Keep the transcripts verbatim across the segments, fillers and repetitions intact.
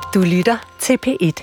Du lytter til P et.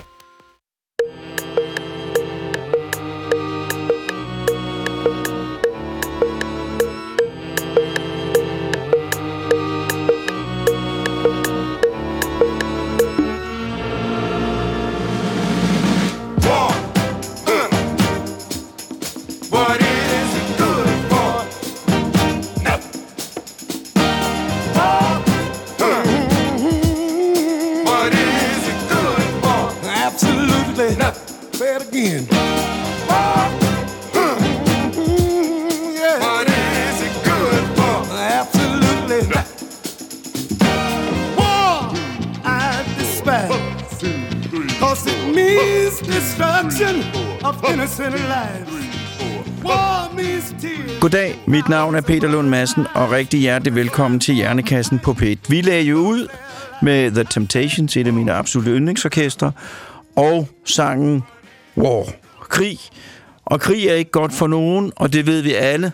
Goddag, mit navn er Peter Lund Madsen, og rigtig hjertelig velkommen til Hjernekassen på P et. Vi lagde jo ud med The Temptations, et af mine absolutte yndlingsorkestre, og sangen War, krig. Og krig er ikke godt for nogen, og det ved vi alle.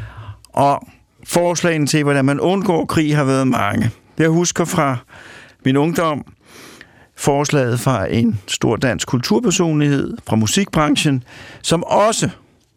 Og forslagene til, hvordan man undgår krig, har været mange. Jeg husker fra min ungdom forslaget fra en stor dansk kulturpersonlighed fra musikbranchen, som også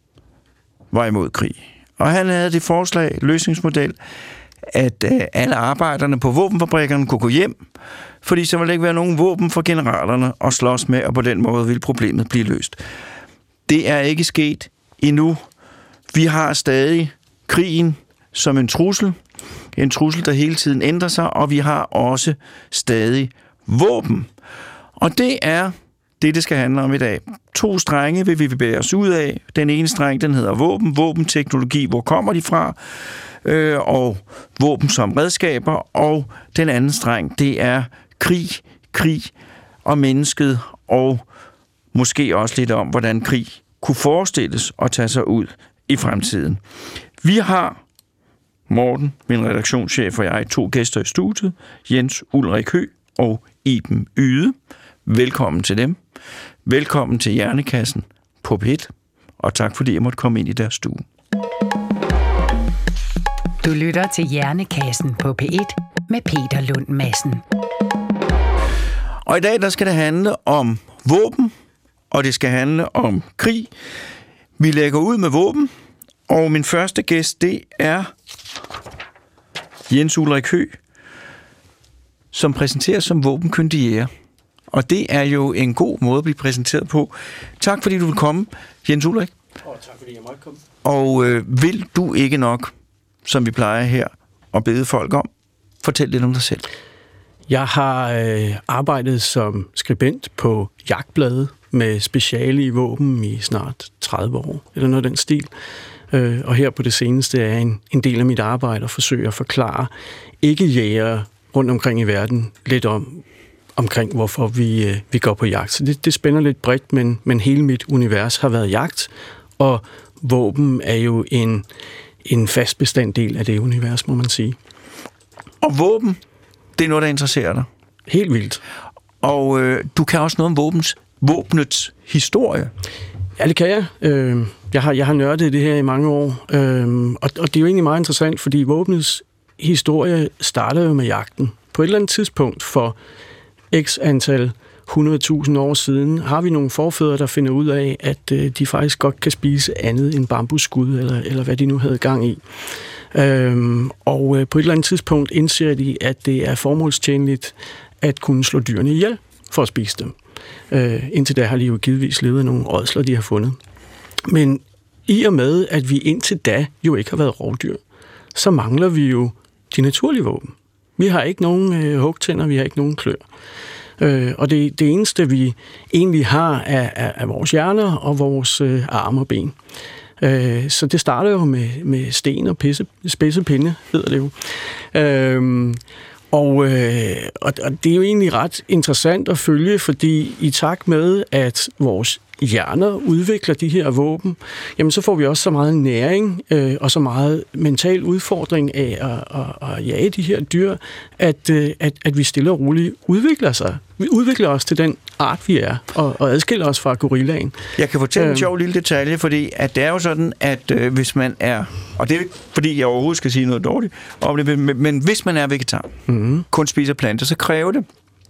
var imod krig. Og han havde det forslag, løsningsmodel, at øh, alle arbejderne på våbenfabrikkerne kunne gå hjem, fordi så ville der ikke være nogen våben for generalerne at slås med, og på den måde ville problemet blive løst. Det er ikke sket endnu. Vi har stadig krigen som en trussel, en trussel, der hele tiden ændrer sig, og vi har også stadig våben. Og det er det, det skal handle om i dag. To strenge vil vi bevæge os ud af. Den ene streng, den hedder våben, våbenteknologi, hvor kommer de fra, øh, og våben som redskaber, og den anden streng, det er krig, krig og mennesket, og måske også lidt om, hvordan krig kunne forestilles at tage sig ud i fremtiden. Vi har, Morten, min redaktionschef og jeg, to gæster i studiet, Jens Ulrik Høgh og Iben Yde. Velkommen til dem. Velkommen til Hjernekassen på P et, og tak fordi jeg måtte komme ind i deres stue. Du lytter til Hjernekassen på P et med Peter Lund Madsen. Og i dag der skal det handle om våben, og det skal handle om krig. Vi lægger ud med våben, og min første gæst, det er Jens Ulrik Høgh, som præsenteres som våbenkyndig jæger. Og det er jo en god måde at blive præsenteret på. Tak fordi du vil komme, Jens Ulrik. Og tak fordi jeg måtte komme. Og øh, vil du ikke nok, som vi plejer her, at bede folk om, fortæl lidt om dig selv. Jeg har øh, arbejdet som skribent på Jagtbladet med speciale i våben i snart tredive år, eller noget af den stil. Øh, og her på det seneste er en, en del af mit arbejde at forsøge at forklare ikke-jægere rundt omkring i verden lidt om, omkring hvorfor vi, øh, vi går på jagt. Så det, det spænder lidt bredt, men, men hele mit univers har været jagt, og våben er jo en, en fast bestanddel af det univers, må man sige. Og våben, det er noget, der interesserer dig? Helt vildt. Og øh, du kan også noget om våbens, våbnets historie? Ja, det kan jeg. Øh, jeg, har, jeg har nørdet det her i mange år, øh, og, og det er jo egentlig meget interessant, fordi våbnets historie starter jo med jagten. På et eller andet tidspunkt for x antal hundrede tusind år siden har vi nogle forfædre, der finder ud af, at øh, de faktisk godt kan spise andet end bambusskud, eller, eller hvad de nu havde gang i. Øhm, og øh, på et eller andet tidspunkt indser de, at det er formålstjenligt at kunne slå dyrene ihjel for at spise dem. Øh, indtil da har de jo givetvis levet af nogle ådsler, de har fundet. Men i og med, at vi indtil da jo ikke har været rovdyr, så mangler vi jo de naturlige våben. Vi har ikke nogen øh, hugtænder, vi har ikke nogen klør. Øh, og det, det eneste, vi egentlig har, er, er, er vores hjerner og vores øh, arme og ben. Øh, så det starter jo med, med sten og pisse, spidsepinde, hedder det jo. Øh, og, øh, og, og det er jo egentlig ret interessant at følge, fordi i takt med, at vores hjerner udvikler de her våben, jamen så får vi også så meget næring øh, og så meget mental udfordring af at, at, at jage de her dyr, at, øh, at, at vi stille og roligt udvikler sig. Vi udvikler os til den art, vi er, og, og adskiller os fra gorillaen. Jeg kan fortælle en sjov lille detalje, fordi at det er jo sådan, at øh, hvis man er, og det er ikke fordi jeg overhovedet skal sige noget dårligt om det, men, men hvis man er vegetar, mm-hmm. kun spiser planter, så kræver det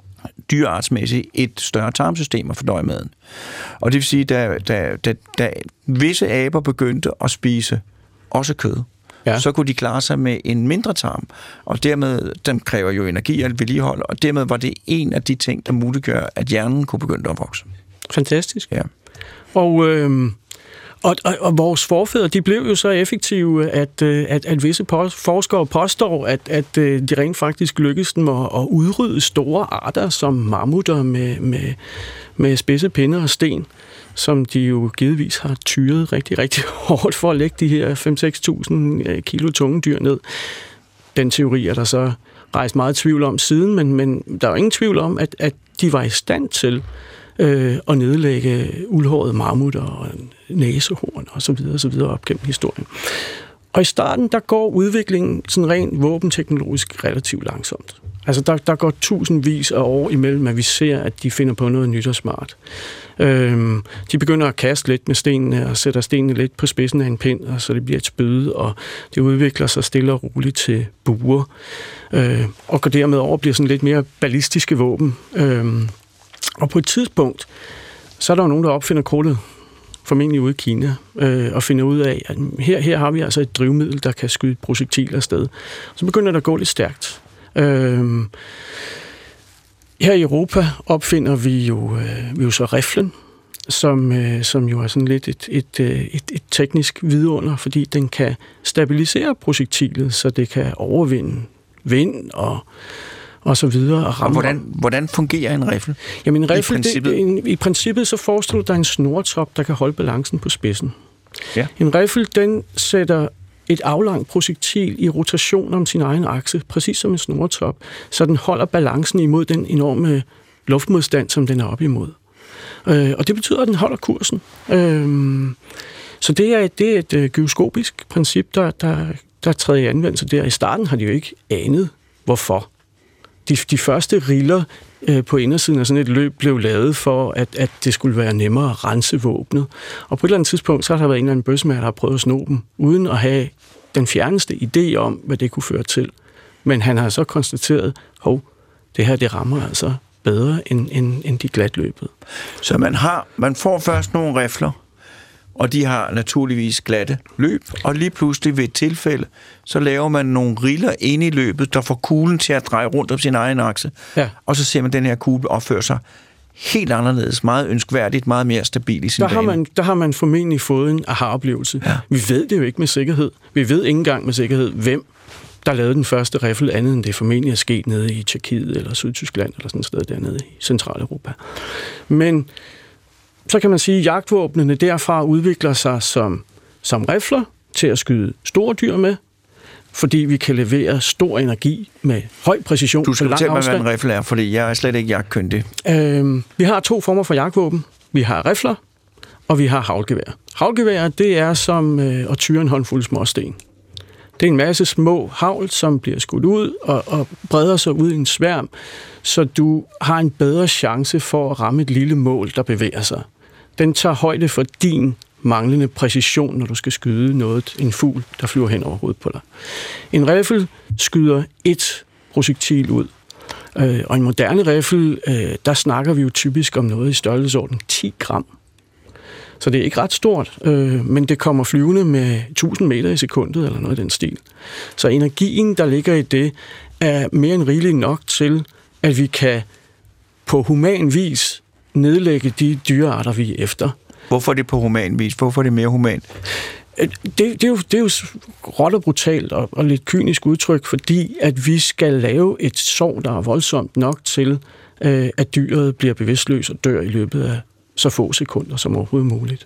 dyreartsmæssigt et større tarmsystem at fordøje maden. Og det vil sige, da, da, da, da visse aber begyndte at spise også kød, ja. så kunne de klare sig med en mindre tarm, og dermed, den kræver jo energi og vedligehold, og dermed var det en af de ting, der muliggør, at hjernen kunne begynde at vokse. Fantastisk. Ja. Og... Øh... Og, og, og vores forfædre, de blev jo så effektive, at, at, at visse forskere påstår, at, at de rent faktisk lykkedes dem at, at udrydde store arter som mammutter med, med, med spidse pinder og sten, som de jo givetvis har tyret rigtig, rigtig hårdt for at lægge de her fem til seks tusind kilo tunge dyr ned. Den teori er der så rejst meget tvivl om siden, men, men der er jo ingen tvivl om, at, at de var i stand til øh, at nedlægge uldhårede mammutter og næsehorn og så videre, og så videre op gennem historien. Og i starten, der går udviklingen sådan rent våbenteknologisk relativt langsomt. Altså, der, der går tusindvis af år imellem, at vi ser, at de finder på noget nyt og smart. Øhm, de begynder at kaste lidt med stenene, og sætter stenene lidt på spidsen af en pind, og så det bliver et spyd, og det udvikler sig stille og roligt til buer, øh, og går dermed over og bliver sådan lidt mere ballistiske våben. Øhm, og på et tidspunkt, så er der jo nogen, der opfinder krudtet, formentlig ude i Kina, øh, og finder ud af, at her, her har vi altså et drivmiddel, der kan skyde projektiler afsted. Så begynder det at gå lidt stærkt. Øh, her i Europa opfinder vi jo, øh, vi jo så riflen, som, øh, som jo er sådan lidt et, et, et, et teknisk vidunder, fordi den kan stabilisere projektilet, så det kan overvinde vind og og så videre. Og, og hvordan, hvordan fungerer en riffel? Jamen en riffel, I princippet, det, en, i princippet så forestiller der en snortop, der kan holde balancen på spidsen. Ja. En riffel, den sætter et aflangt projektil i rotation om sin egen akse, præcis som en snortop, så den holder balancen imod den enorme luftmodstand, som den er op imod. Øh, og det betyder, at den holder kursen. Øh, så det er, det er et øh, gyroskopisk princip, der, der, der træder i anvendelse der. I starten har de jo ikke anet, hvorfor. De, de første riller øh, på indersiden af sådan et løb blev lavet for, at, at det skulle være nemmere at rense våbnet. Og på et eller andet tidspunkt, så har der været en eller anden bøssemager, der har prøvet at sno dem, uden at have den fjerneste idé om, hvad det kunne føre til. Men han har så konstateret, hov, det her, det rammer altså bedre, end, end, end de glatløbet. Så man, har, man får først nogle rifler, og de har naturligvis glatte løb, og lige pludselig ved et tilfælde, så laver man nogle riller inde i løbet, der får kuglen til at dreje rundt om sin egen akse, ja. Og så ser man den her kugle opføre sig helt anderledes, meget ønskværdigt, meget mere stabil i sin der bane. har man, der har man formentlig fået en aha-oplevelse. Ja. Vi ved det jo ikke med sikkerhed. Vi ved ikke engang med sikkerhed, hvem der lavede den første riffel, andet end det formentlig er sket nede i Tjekkiet eller Sydtyskland, eller sådan et sted dernede i Centraleuropa. Men så kan man sige, at jagtvåbnene derfra udvikler sig som, som rifler til at skyde store dyr med, fordi vi kan levere stor energi med høj præcision. Du skal på lang fortælle mig, afstand. hvad en riffel er, fordi jeg er slet ikke jagtkyndig. Øhm, vi har to former for jagtvåben. Vi har rifler, og vi har haglgevær. Haglgevær, det er som øh, at tyre en håndfuld småsten. Det er en masse små hagl, som bliver skudt ud og, og breder sig ud i en sværm, så du har en bedre chance for at ramme et lille mål, der bevæger sig. Den tager højde for din manglende præcision, når du skal skyde noget, en fugl, der flyver hen over hovedet på dig. En riffel skyder et projektil ud, øh, og en moderne riffel, øh, der snakker vi jo typisk om noget i størrelsesorden ti gram. Så det er ikke ret stort, øh, men det kommer flyvende med tusind meter i sekundet, eller noget i den stil. Så energien, der ligger i det, er mere end rigeligt nok til, at vi kan på human vis nedlægge de dyrearter, vi er efter. Hvorfor er det på human vis? Hvorfor er det mere human? Det, det, er, jo, det er jo råt og brutalt og, og lidt kynisk udtryk, fordi at vi skal lave et sår, der er voldsomt nok til, øh, at dyret bliver bevidstløs og dør i løbet af så få sekunder som overhovedet muligt.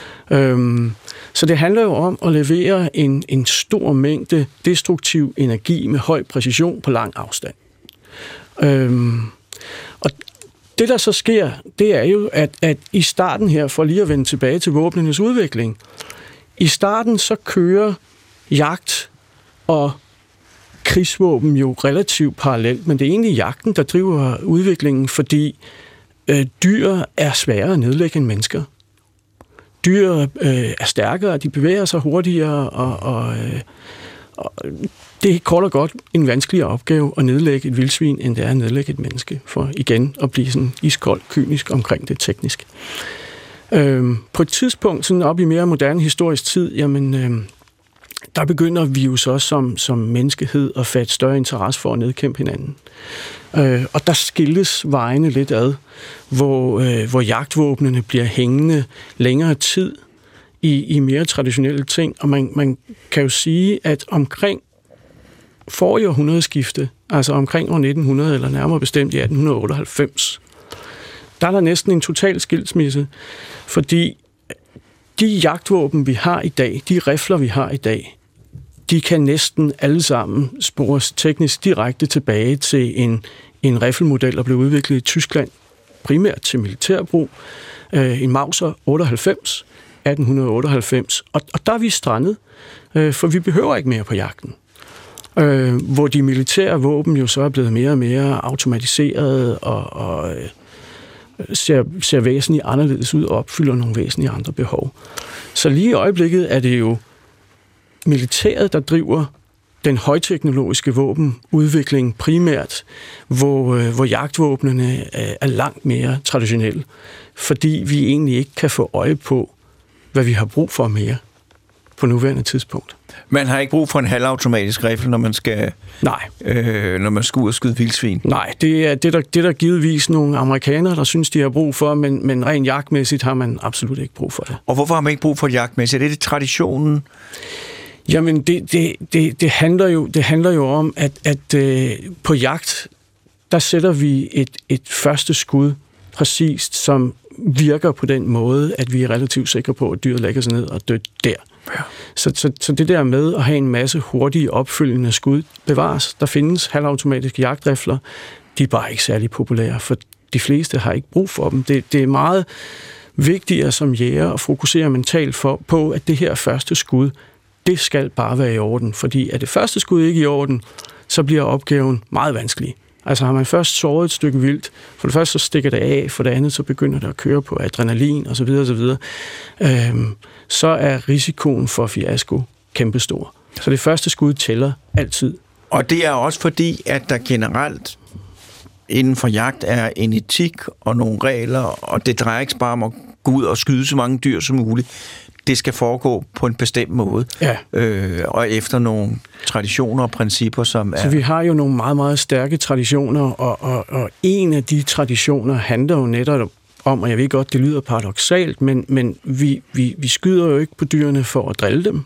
Øhm, så det handler jo om at levere en, en stor mængde destruktiv energi med høj præcision på lang afstand. Øhm, og det, der så sker, det er jo, at, at i starten her, for lige at vende tilbage til våbnenes udvikling, i starten så kører jagt og krigsvåben jo relativt parallelt, men det er egentlig jagten, der driver udviklingen, fordi øh, dyr er sværere at nedlægge end mennesker. Dyr øh, er stærkere, de bevæger sig hurtigere, og, og, øh, og Det er kort og godt en vanskeligere opgave at nedlægge et vildsvin, end det er at nedlægge et menneske, for igen at blive sådan iskold, kynisk omkring det teknisk. Øhm, på et tidspunkt, sådan op i mere moderne historisk tid, jamen, øhm, der begynder vi jo så som, som menneskehed at fatte større interesse for at nedkæmpe hinanden. Øh, og der skilles vejene lidt ad, hvor, øh, hvor jagtvåbnene bliver hængende længere tid i, i mere traditionelle ting, og man, man kan jo sige, at omkring forrige århundredeskifte, altså omkring år nitten hundrede, eller nærmere bestemt i atten otteoghalvfems, der er der næsten en total skilsmisse, fordi de jagtvåben, vi har i dag, de rifler, vi har i dag, de kan næsten alle sammen spores teknisk direkte tilbage til en, en riffelmodel, der blev udviklet i Tyskland, primært til militærbrug, øh, en Mauser otteoghalvfems, atten otteoghalvfems, og, og der er vi strandet, øh, for vi behøver ikke mere på jagten. Øh, hvor de militære våben jo så er blevet mere og mere automatiseret og, og øh, ser, ser væsentligt anderledes ud og opfylder nogle væsentlige andre behov. Så lige i øjeblikket er det jo militæret, der driver den højteknologiske våbenudvikling primært, hvor, øh, hvor jagtvåbnene er, er langt mere traditionelle, fordi vi egentlig ikke kan få øje på, hvad vi har brug for mere på nuværende tidspunkt. Man har ikke brug for en halvautomatisk riffel, når man skal, Nej. Øh, når man skal ud og skyde vildsvin. Nej, det er det der, det der givetvis nogle amerikanere, der synes, de har brug for, men, men rent jagtmæssigt har man absolut ikke brug for det. Og hvorfor har man ikke brug for jagtmæssigt? Er det, det traditionen? Jamen, det, det, det, det, handler, jo, det handler jo om, at, at øh, på jagt, der sætter vi et, et første skud præcist, som virker på den måde, at vi er relativt sikre på, at dyret lægger sig ned og dør der. Ja. Så, så, så det der med at have en masse hurtige opfølgende skud bevares. Der findes halvautomatiske jagtrifler. De er bare ikke særlig populære, for de fleste har ikke brug for dem. Det, det er meget vigtigere som jæger at fokusere mentalt for, på, at det her første skud, det skal bare være i orden. Fordi er det første skud ikke i orden, så bliver opgaven meget vanskelig. Altså har man først såret et stykke vildt, for det første så stikker det af, for det andet så begynder det at køre på adrenalin osv. osv. Øhm, så er risikoen for fiasko kæmpestor. Så det første skud tæller altid. Og det er også fordi, at der generelt inden for jagt er en etik og nogle regler, og det drejer ikke bare om at gå ud og skyde så mange dyr som muligt. Det skal foregå på en bestemt måde, ja. øh, og efter nogle traditioner og principper, som er... Så vi har jo nogle meget, meget stærke traditioner, og, og, og en af de traditioner handler jo netop om, og jeg ved godt, det lyder paradoksalt, men, men vi, vi, vi skyder jo ikke på dyrene for at drille dem.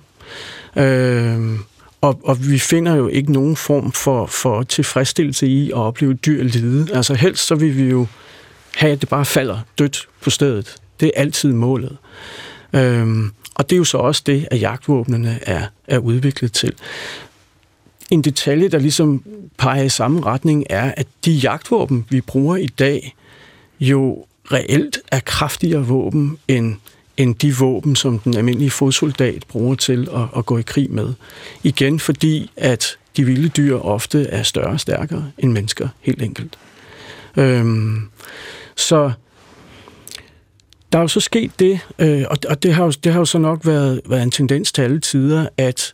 Øh, og, og vi finder jo ikke nogen form for, for tilfredsstillelse i at opleve dyr lide. Altså helst så vil vi jo have, at det bare falder dødt på stedet. Det er altid målet. Øhm, og det er jo så også det, at jagtvåbnene er, er udviklet til. En detalje, der ligesom peger i samme retning, er, at de jagtvåben, vi bruger i dag, jo reelt er kraftigere våben end, end de våben, som den almindelige fodsoldat bruger til at, at gå i krig med. Igen fordi, at de vilde dyr ofte er større og stærkere end mennesker, helt enkelt. Øhm, så der er jo så sket det, øh, og, og det, har jo, det har jo så nok været, været en tendens til alle tider, at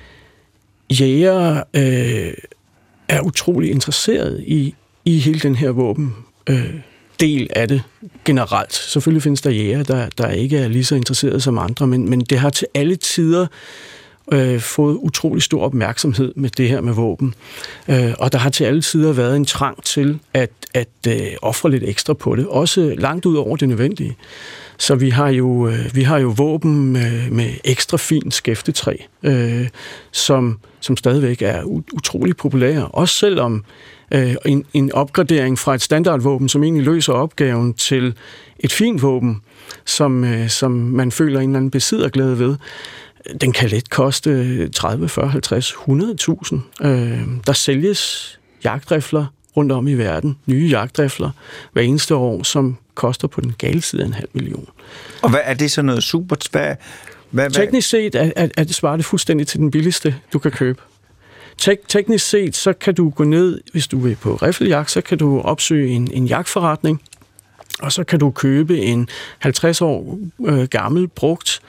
jægere øh, er utrolig interesseret i, i hele den her våben øh, del af det generelt. Selvfølgelig findes der jægere, der, der ikke er lige så interesserede som andre, men, men det har til alle tider øh, fået utrolig stor opmærksomhed med det her med våben. Øh, og der har til alle tider været en trang til at, at øh, ofre lidt ekstra på det, også langt ud over det nødvendige. Så vi har jo, øh, vi har jo våben med, med ekstra fint skæftetræ, øh, som, som stadigvæk er utrolig populære, også selvom øh, en, en opgradering fra et standardvåben, som egentlig løser opgaven, til et fint våben, som, øh, som man føler en eller anden besidderglæde ved, den kan let koste tredive, fyrre, halvtreds, hundrede tusind. Øh, der sælges jagtrifler rundt om i verden, nye jagtrifler, hver eneste år, som koster på den gale side af en halv million. Og hvad er det så noget super? Hvad, hvad, Teknisk set er, er, er det svarer det fuldstændig til den billigste, du kan købe. Tek, teknisk set, så kan du gå ned, hvis du vil på riffeljagt, så kan du opsøge en, en jagtforretning, og så kan du købe en halvtreds år øh, gammel, brugt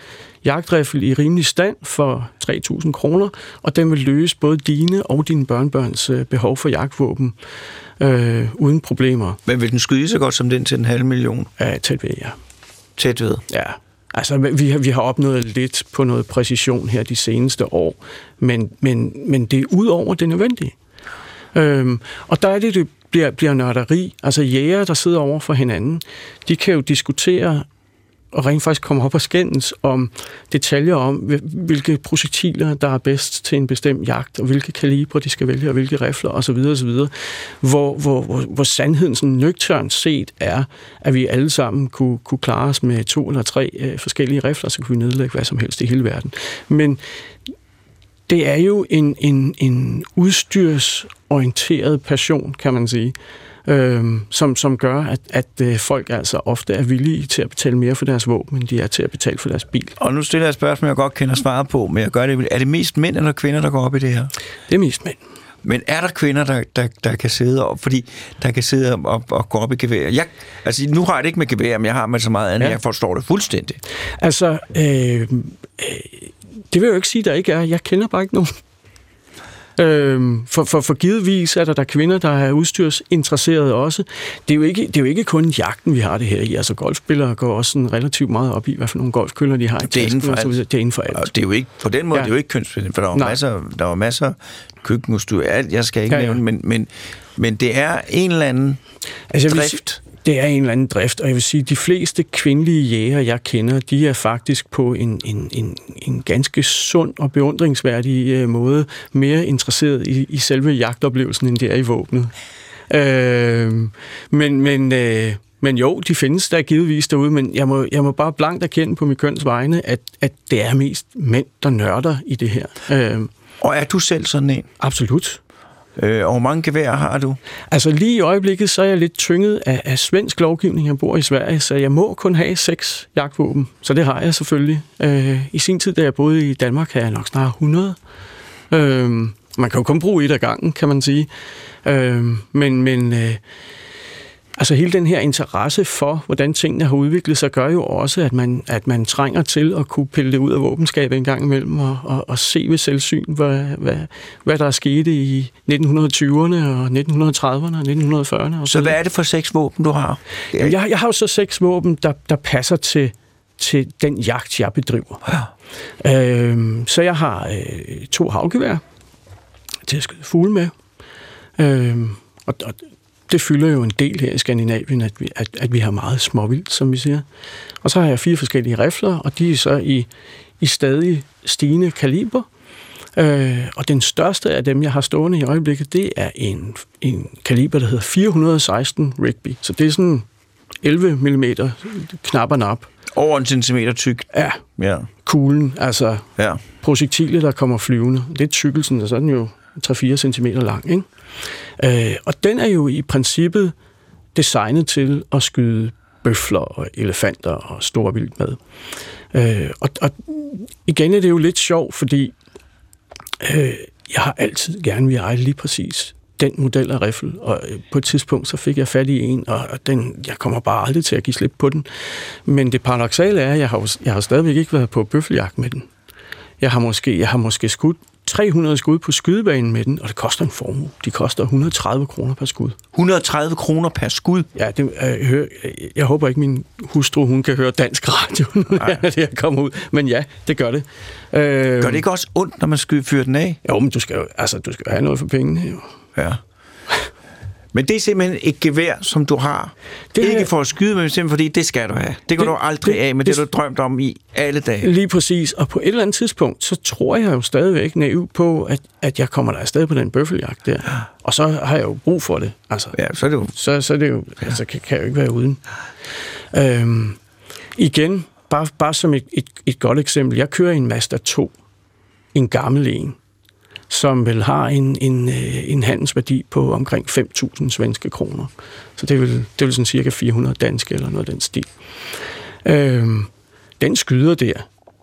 jagtriffel i rimelig stand for tre tusind kroner, og den vil løse både dine og dine børnebørns øh, behov for jagtvåben øh, uden problemer. Men vil den skyde så godt som den til en halv million? Ja, tæt ved, ja. Tæt ved? Ja. Altså, vi har, vi har opnået lidt på noget præcision her de seneste år, men, men, men det er ud over det nødvendige. Øhm, og der er det, det bliver, bliver nørderi. Altså jæger, der sidder over for hinanden, de kan jo diskutere og rent faktisk komme op og skændes om detaljer om, hvilke projektiler, der er bedst til en bestemt jagt, og hvilke kalibre de skal vælge, og hvilke rifler, osv. osv. Hvor, hvor, hvor, hvor sandheden sådan nøgternt set er, at vi alle sammen kunne, kunne klare os med to eller tre øh, forskellige rifler, så kunne vi nedlægge hvad som helst i hele verden. Men det er jo en, en, en udstyrsorienteret passion, kan man sige, Øhm, som, som gør, at, at øh, folk altså ofte er villige til at betale mere for deres våben, end de er til at betale for deres bil. Og nu stiller jeg et spørgsmål, jeg godt kender svaret på, men jeg gør det. Er det mest mænd eller kvinder, der går op i det her? Det er mest mænd. Men er der kvinder, der, der, der kan sidde op, fordi der kan sidde op og gå op i gevær? Jeg, altså, nu har jeg det ikke med gevær, men jeg har med så meget andet, ja. Jeg forstår det fuldstændig. Altså, øh, øh, det vil jeg jo ikke sige, der ikke er. Jeg kender bare ikke nogen. Øhm, for, for, for givetvis er der, der kvinder, der er udstyrsinteresserede også. Det er, jo ikke, det er jo ikke kun jagten, vi har det her i. Altså golfspillere går også sådan relativt meget op i, hvad for nogle golfkøller de har i tasken. Det er inden for alt. Og det er jo ikke, på den måde, ja. Det er jo ikke kønsbestemt, for der var masser, der var masser køkkenudstyr, alt, jeg skal ikke ja, ja. nævne, men, men, men det er en eller anden altså, drift. Det er en eller anden drift, og jeg vil sige, at de fleste kvindelige jæger, jeg kender, de er faktisk på en, en, en, en ganske sund og beundringsværdig øh, måde mere interesseret i, i selve jagtoplevelsen, end det er i våbnet. Øh, men, men, øh, men jo, de findes der givetvis derude, men jeg må, jeg må bare blankt erkende på mit køns vegne, at, at det er mest mænd, der nørder i det her. Øh, og er du selv sådan en? Absolut. Øh, og hvor mange geværer har du? Altså lige i øjeblikket, så er jeg lidt tynget af, af svensk lovgivning. Jeg bor i Sverige, så jeg må kun have seks jagtvåben. Så det har jeg selvfølgelig. Øh, I sin tid, da jeg boede i Danmark, havde jeg nok snart hundrede. Øh, man kan jo kun bruge et af gangen, kan man sige. Øh, men men øh, altså hele den her interesse for, hvordan tingene har udviklet sig, gør jo også, at man, at man trænger til at kunne pille det ud af våbenskabet en gang imellem og, og, og se ved selvsyn, hvad, hvad, hvad der er sket i nitten tyverne og nitten trediverne og nitten fyrrerne. Og så hvad er det for seks våben, du har? Jamen, jeg, jeg har jo så seks våben, der, der passer til, til den jagt, jeg bedriver. Ja. Øhm, så jeg har øh, to havgevær til at skyde fugle med. Øhm, og, og det fylder jo en del her i Skandinavien, at vi, at, at vi har meget småvildt, som vi siger. Og så har jeg fire forskellige rifler, og de er så i, i stadig stigende kaliber. Øh, og den største af dem, jeg har stående i øjeblikket, det er en, en kaliber, der hedder fire hundrede og seksten Rigby. Så det er sådan elleve millimeter knap og nap. Over en centimeter tyk. Ja. Ja. Kuglen, altså ja. Projektiler, der kommer flyvende. Det er tykkelsen, og så er den jo tre til fire centimeter lang, ikke? Øh, og den er jo i princippet designet til at skyde bøfler og elefanter og store vildt med. Øh, og, og igen er det jo lidt sjovt, fordi øh, jeg har altid gerne vil eje lige præcis den model af riffel, og på et tidspunkt så fik jeg fat i en, og den, jeg kommer bare aldrig til at give slip på den. Men det paradoksale er, at jeg har, jeg har stadigvæk ikke været på bøffeljagt med den. Jeg har måske, jeg har måske skudt tre hundrede skud på skydebanen med den, og det koster en formue. De koster et hundrede og tredive kroner per skud. et hundrede og tredive kroner per skud? Ja, det, jeg, hører, jeg håber ikke, min hustru hun kan høre dansk radio, når det her kommer ud. Men ja, det gør det. Øh, gør det ikke også ondt, når man skyder fyrer den af? Jo, men du skal jo altså, du skal have noget for pengene. Jo. Ja. Men det er simpelthen et gevær, som du har. Det ikke har... for at skyde, men simpelthen fordi, det skal du have. Det går det, du aldrig det, af, men det, det du drømt om i alle dage. Lige præcis. Og på et eller andet tidspunkt, så tror jeg jo stadigvæk naiv på, at, at jeg kommer der afsted på den bøffeljagt der. Og så har jeg jo brug for det. Altså, ja, så er det jo... Så, så er det jo... Ja. Altså, kan, kan jeg jo ikke være uden. Øhm, igen, bare, bare som et, et, et godt eksempel. Jeg kører en Mazda to. En gammel en. Som vel har en, en, en handelsværdi på omkring fem tusind svenske kroner. Så det vil, det vil sådan cirka fire hundrede danske eller noget af den stil. Øhm, den skyder der.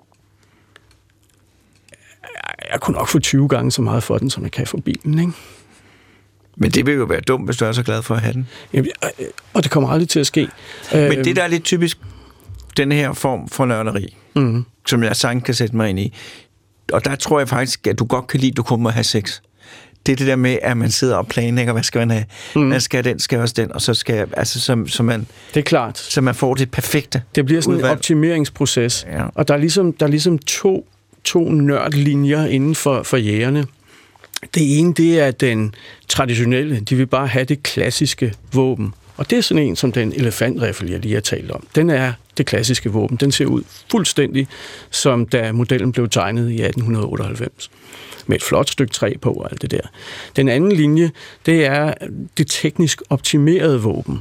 Jeg kunne nok få tyve gange så meget for den, som jeg kan for bilen, ikke? Men det vil jo være dumt, hvis du er så glad for at have den. Jamen, og det kommer aldrig til at ske. Men det, der er lidt typisk den her form for nørderi, mm. som jeg sagtens kan sætte mig ind i. Og der tror jeg faktisk, at du godt kan lide, at du kun må have sex. Det er det der med, at man sidder og planlægger, hvad skal man have? Mm. Hvad skal den, skal også den, og så skal jeg, altså, så, så man... Det er klart. Så man får det perfekte. Det bliver sådan udvalg. En optimeringsproces. Ja. Og der er ligesom, der er ligesom to, to nørdlinjer inden for, for jægerne. Det ene, det er den traditionelle. De vil bare have det klassiske våben. Og det er sådan en som den elefantriffel, jeg lige har talt om. Den er det klassiske våben. Den ser ud fuldstændig, som da modellen blev tegnet i atten otteoghalvfems. Med et flot stykke træ på og alt det der. Den anden linje, det er det teknisk optimerede våben.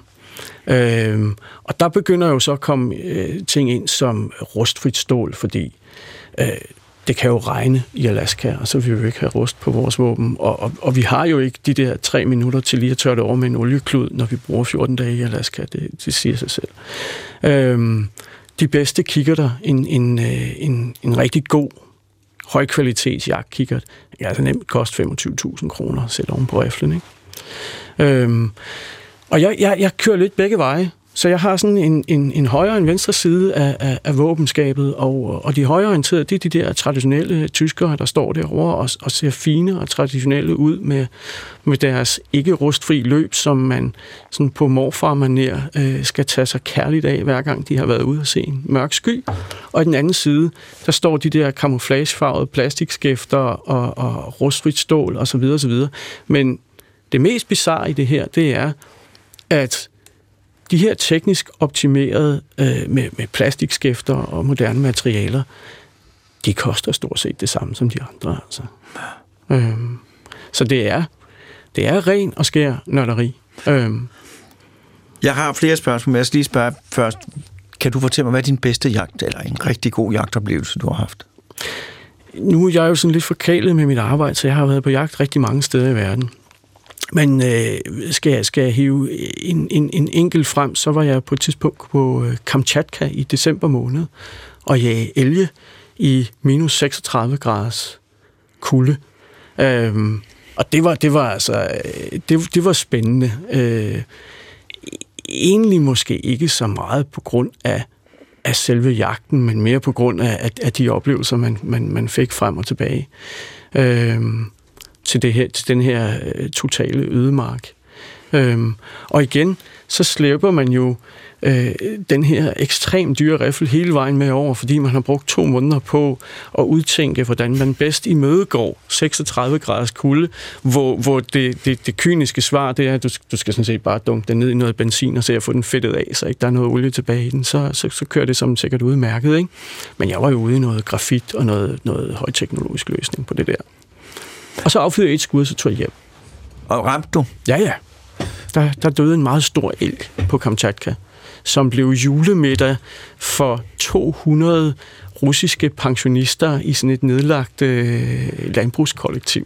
Øhm, og der begynder jo så at komme øh, ting ind som rustfrit stål, fordi øh, det kan jo regne i Alaska, og så vil vi jo ikke have rust på vores våben. Og, og, og vi har jo ikke de der tre minutter til lige at tørre det over med en olieklud, når vi bruger fjorten dage i Alaska. Det, det siger sig selv. Øhm, de bedste kikkerter, en, en, en, en rigtig god, højkvalitets jagtkikkert, kan altså nemt koste femogtyve tusind kroner selv oven på riflen, ikke? Øhm, og jeg, jeg, jeg kører lidt begge veje. Så jeg har sådan en, en, en højre og en venstre side af, af, af våbenskabet, og, og de højreorienterede, det er de der traditionelle tyskere, der står derovre og, og ser fine og traditionelle ud med, med deres ikke-rustfri løb, som man sådan på morfar-manér øh, skal tage sig kærligt af, hver gang de har været ude og se en mørk sky. Og i den anden side, der står de der camouflagefarvede plastikskæfter og, og rustfrit stål osv. osv. Men det mest bizarre i det her, det er, at de her teknisk optimerede øh, med, med plastikskæfter og moderne materialer, de koster stort set det samme som de andre. Altså. Øhm, så det er, det er ren og skær nørderi. Øhm. Jeg har flere spørgsmål, men jeg skal lige spørge først. Kan du fortælle mig, hvad er din bedste jagt, eller en rigtig god jagtoplevelse, du har haft? Nu er jeg jo sådan lidt forkælet med mit arbejde, så jeg har været på jagt rigtig mange steder i verden. Men øh, skal, jeg, skal jeg hive en, en, en enkelt frem, så var jeg på et tidspunkt på Kamchatka i december måned, og jage elge i minus seksogtredive graders kulde. Øhm, og det var, det var altså, det, det var spændende. Øh, egentlig måske ikke så meget på grund af, af selve jagten, men mere på grund af, af, af de oplevelser, man, man, man fik frem og tilbage. Øhm, Til, det her, til den her øh, totale ødemark. Øhm, og igen, så slæber man jo øh, den her ekstremt dyre riffel hele vejen med over, fordi man har brugt to måneder på at udtænke, hvordan man bedst imødegår seksogtredive graders kulde, hvor, hvor det, det, det kyniske svar, det er, at du, du skal sådan set bare dunke den ned i noget benzin, og så jeg får den fedtet af, så ikke der er noget olie tilbage i den, så, så, så kører det som sikkert udmærket, ikke? Men jeg var jo ude i noget grafit og noget, noget højteknologisk løsning på det der. Og så affyrede jeg et skud, så tog jeg hjem. Og ramte du? Ja, ja. Der, der døde en meget stor elg på Kamchatka, som blev julemiddag for to hundrede russiske pensionister i sådan et nedlagt øh, landbrugskollektiv.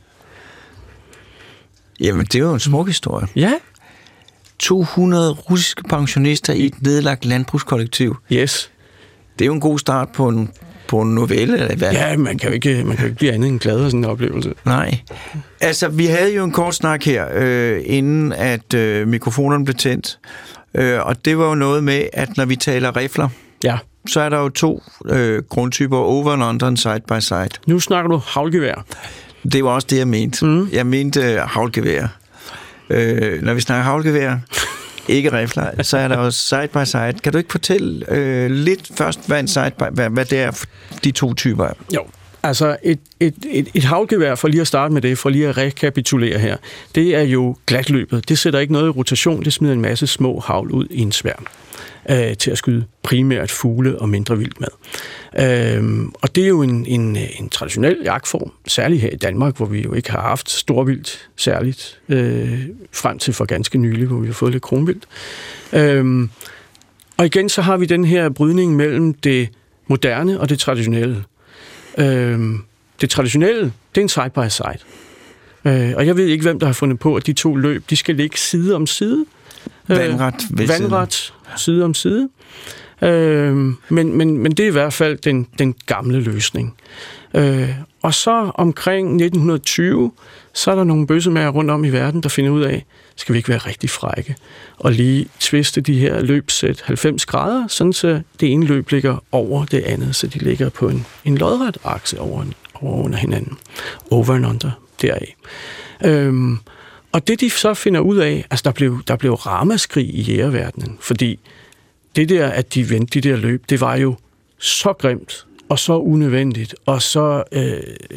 Jamen, det er jo en smuk historie. Ja. to hundrede russiske pensionister i et nedlagt landbrugskollektiv. Yes. Det er jo en god start på en på en novelle, eller hvad? Ja, man kan jo ikke, man kan jo ikke blive andet end glad af sådan en oplevelse. Nej. Altså, vi havde jo en kort snak her, øh, inden at øh, mikrofonerne blev tændt, øh, og det var jo noget med, at når vi taler rifler, ja, så er der jo to øh, grundtyper, over and under and side by side. Nu snakker du haglgevær. Det var også det, jeg mente. Mm. Jeg mente øh, haglgevær. Øh, når vi snakker haglgevær, ikke rifler, så er der også side by side. Kan du ikke fortælle øh, lidt først, hvad en side by, hvad, hvad det er, de to typer er? Jo, altså et, et, et, et haglgevær, for lige at starte med det, for lige at rekapitulere her, det er jo glatløbet. Det sætter ikke noget i rotation, det smider en masse små hagl ud i en sværm øh, til at skyde primært fugle og mindre vildt med. Øhm, og det er jo en, en, en traditionel jagtform, særligt her i Danmark, hvor vi jo ikke har haft storvildt særligt, øh, frem til for ganske nylig, hvor vi har fået lidt kronvildt. Øhm, og igen så har vi den her brydning mellem det moderne og det traditionelle. Øhm, det traditionelle, det er en side by side. Øh, og jeg ved ikke, hvem der har fundet på, at de to løb, de skal ligge side om side. Vandret ved Vandret side om side. Øh, men, men, men det er i hvert fald den, den gamle løsning. Øh, og så omkring nitten tyve, så er der nogle bøssemager rundt om i verden, der finder ud af, skal vi ikke være rigtig frække, og lige twiste de her løbsæt halvfems grader, sådan så det ene løb ligger over det andet, så de ligger på en, en lodret akse over, over under hinanden. Over and under, deraf. Øhm, og det de så finder ud af, altså der blev, der blev ramaskrig i jægerverdenen, fordi det der, at de vendte de der løb, det var jo så grimt, og så unødvendigt, og så øh,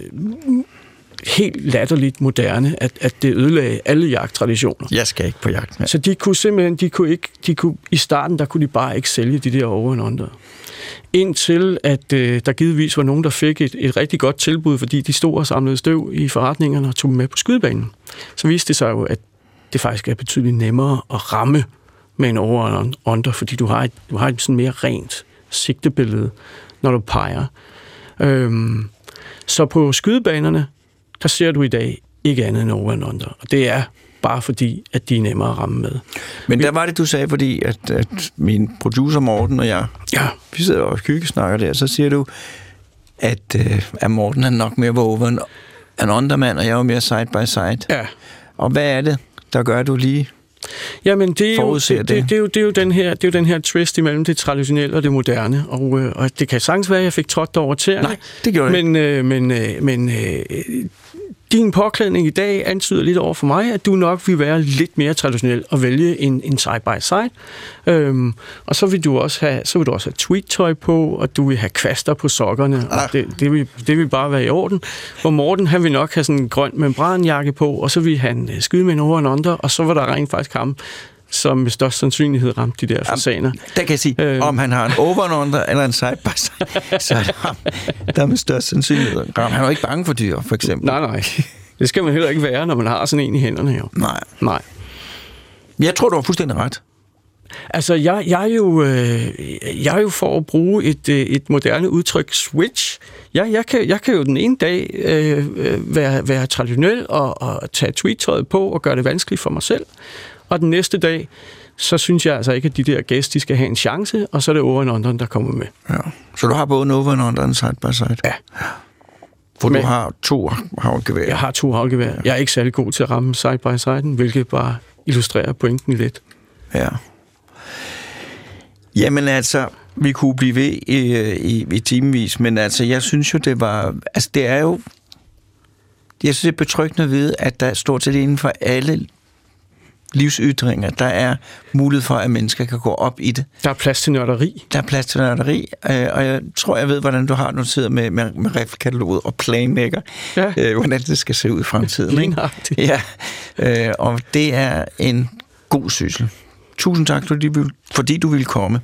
helt latterligt moderne, at, at det ødelagde alle jagttraditioner. Jeg skal ikke på jagt. Ja. Så de kunne simpelthen, de kunne ikke, de kunne, i starten, der kunne de bare ikke sælge de der over and under. Indtil, at øh, der givetvis var nogen, der fik et, et rigtig godt tilbud, fordi de stod og samlede støv i forretningerne og tog dem med på skydebanen. Så viste det sig jo, at det faktisk er betydeligt nemmere at ramme med en over and under, fordi du har et, du har et sådan mere rent sigtebillede, når du peger. Øhm, så på skydebanerne, der ser du i dag ikke andet end over and under. Og det er bare fordi, at de er nemmere at ramme med. Men der var det, du sagde, fordi at, at min producer Morten og jeg, ja. vi sidder og hyggesnakker der, så siger du, at, øh, at Morten er nok mere over en undermand, og jeg er jo mere side by side. Ja. Og hvad er det, der gør, du lige Jamen, det er, jo, det, det. Det, det, er jo, det, er jo den her, det er jo den her twist imellem det traditionelle og det moderne, og, øh, og det kan sagtens være, at jeg fik trådt over tæerne. Nej, det gjorde men, øh, men, øh, men øh, din påklædning i dag antyder lidt over for mig, at du nok vil være lidt mere traditionel og vælge en, en side by side. Øhm, og så vil du også have, så vil du også have tweed-tøj på, og du vil have kvaster på sokkerne, ah. og det, det, vil, det vil bare være i orden. Hvor Morten, han vil nok have sådan en grøn membranjakke på, og så vil han skyde med en over and under, og så var der rent faktisk ham, som med størst sandsynlighed ramte de der fasaner. Der kan jeg sige, øh. om han har en over and under eller en side by side, så er det ham, der med størst sandsynlighed ramte. Han er jo ikke bange for dyr, for eksempel. Nej, nej. Det skal man heller ikke være, når man har sådan en i hænderne, jo. Nej. Nej. Jeg tror, du har fuldstændig ret. Altså, jeg, jeg, er jo, øh, jeg er jo for at bruge et, et moderne udtryk, switch. Jeg, jeg, kan, jeg kan jo den ene dag øh, være, være traditionel og, og tage tweed-tøjet på og gøre det vanskeligt for mig selv. Og den næste dag, så synes jeg altså ikke, at de der gæster, de skal have en chance, og så er det over and under, der kommer med. Ja. Så du har både en over and under og en side by side? Ja. For Men, du har to haglgeværer? Jeg har to haglgeværer. Ja. Jeg er ikke særlig god til at ramme side by side, hvilket bare illustrerer pointen lidt. Ja. Jamen altså, vi kunne blive ved i, i, i timevis, men altså, jeg synes jo, det var... Altså, det er jo... Jeg synes, det er betryggende at vide, at der stort set inden for alle livsytringer, der er mulighed for, at mennesker kan gå op i det. Der er plads til nørderi. Der er plads til nørderi, og jeg tror, jeg ved, hvordan du har noteret med, med, med riffelkataloget og planlægger, ja. øh, hvordan det skal se ud i fremtiden. Ikke? Ja, øh, og det er en god syssel. Tusind tak, fordi du ville komme.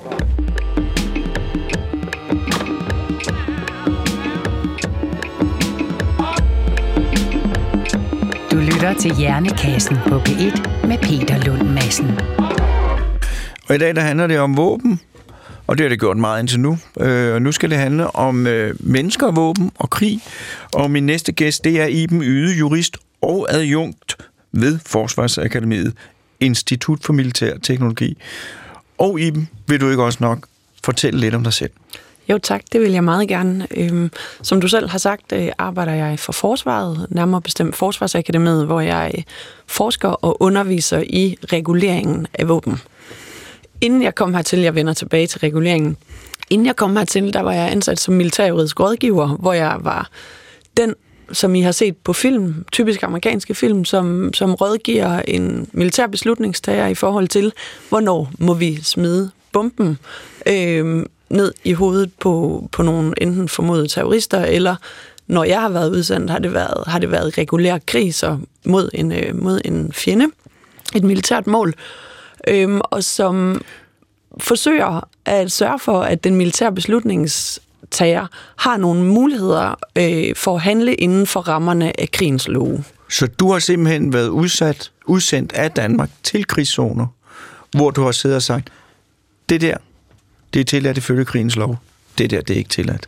Du lytter til Hjernekassen på P et med Peter Lund Madsen. Og i dag der handler det om våben, og det har det gjort meget indtil nu. Øh, og nu skal det handle om øh, mennesker, våben og krig. Og min næste gæst, det er Iben Yde, jurist og adjunkt ved Forsvarsakademiet, Institut for Militær Teknologi. Og Iben, vil du ikke også nok fortælle lidt om dig selv? Jo tak, det vil jeg meget gerne. Øhm, som du selv har sagt, øh, arbejder jeg for Forsvaret, nærmere bestemt Forsvarsakademiet, hvor jeg forsker og underviser i reguleringen af våben. Inden jeg kom hertil, jeg vender tilbage til reguleringen, inden jeg kom hertil, der var jeg ansat som militærjuridisk rådgiver, hvor jeg var den, som I har set på film, typisk amerikanske film, som, som rådgiver en militær beslutningstager i forhold til, hvornår må vi smide bomben øh, ned i hovedet på, på nogle enten formodede terrorister, eller når jeg har været udsendt, har det været, har det været regulære kriser mod en, øh, mod en fjende, et militært mål, øh, og som forsøger at sørge for, at den militære beslutningstager har nogle muligheder øh, for at handle inden for rammerne af krigens love. Så du har simpelthen været udsat, udsendt af Danmark til krigszoner, hvor du har siddet og sagt, det der, det er tilladt ifølge krigens lov. Det der, det er ikke tilladt.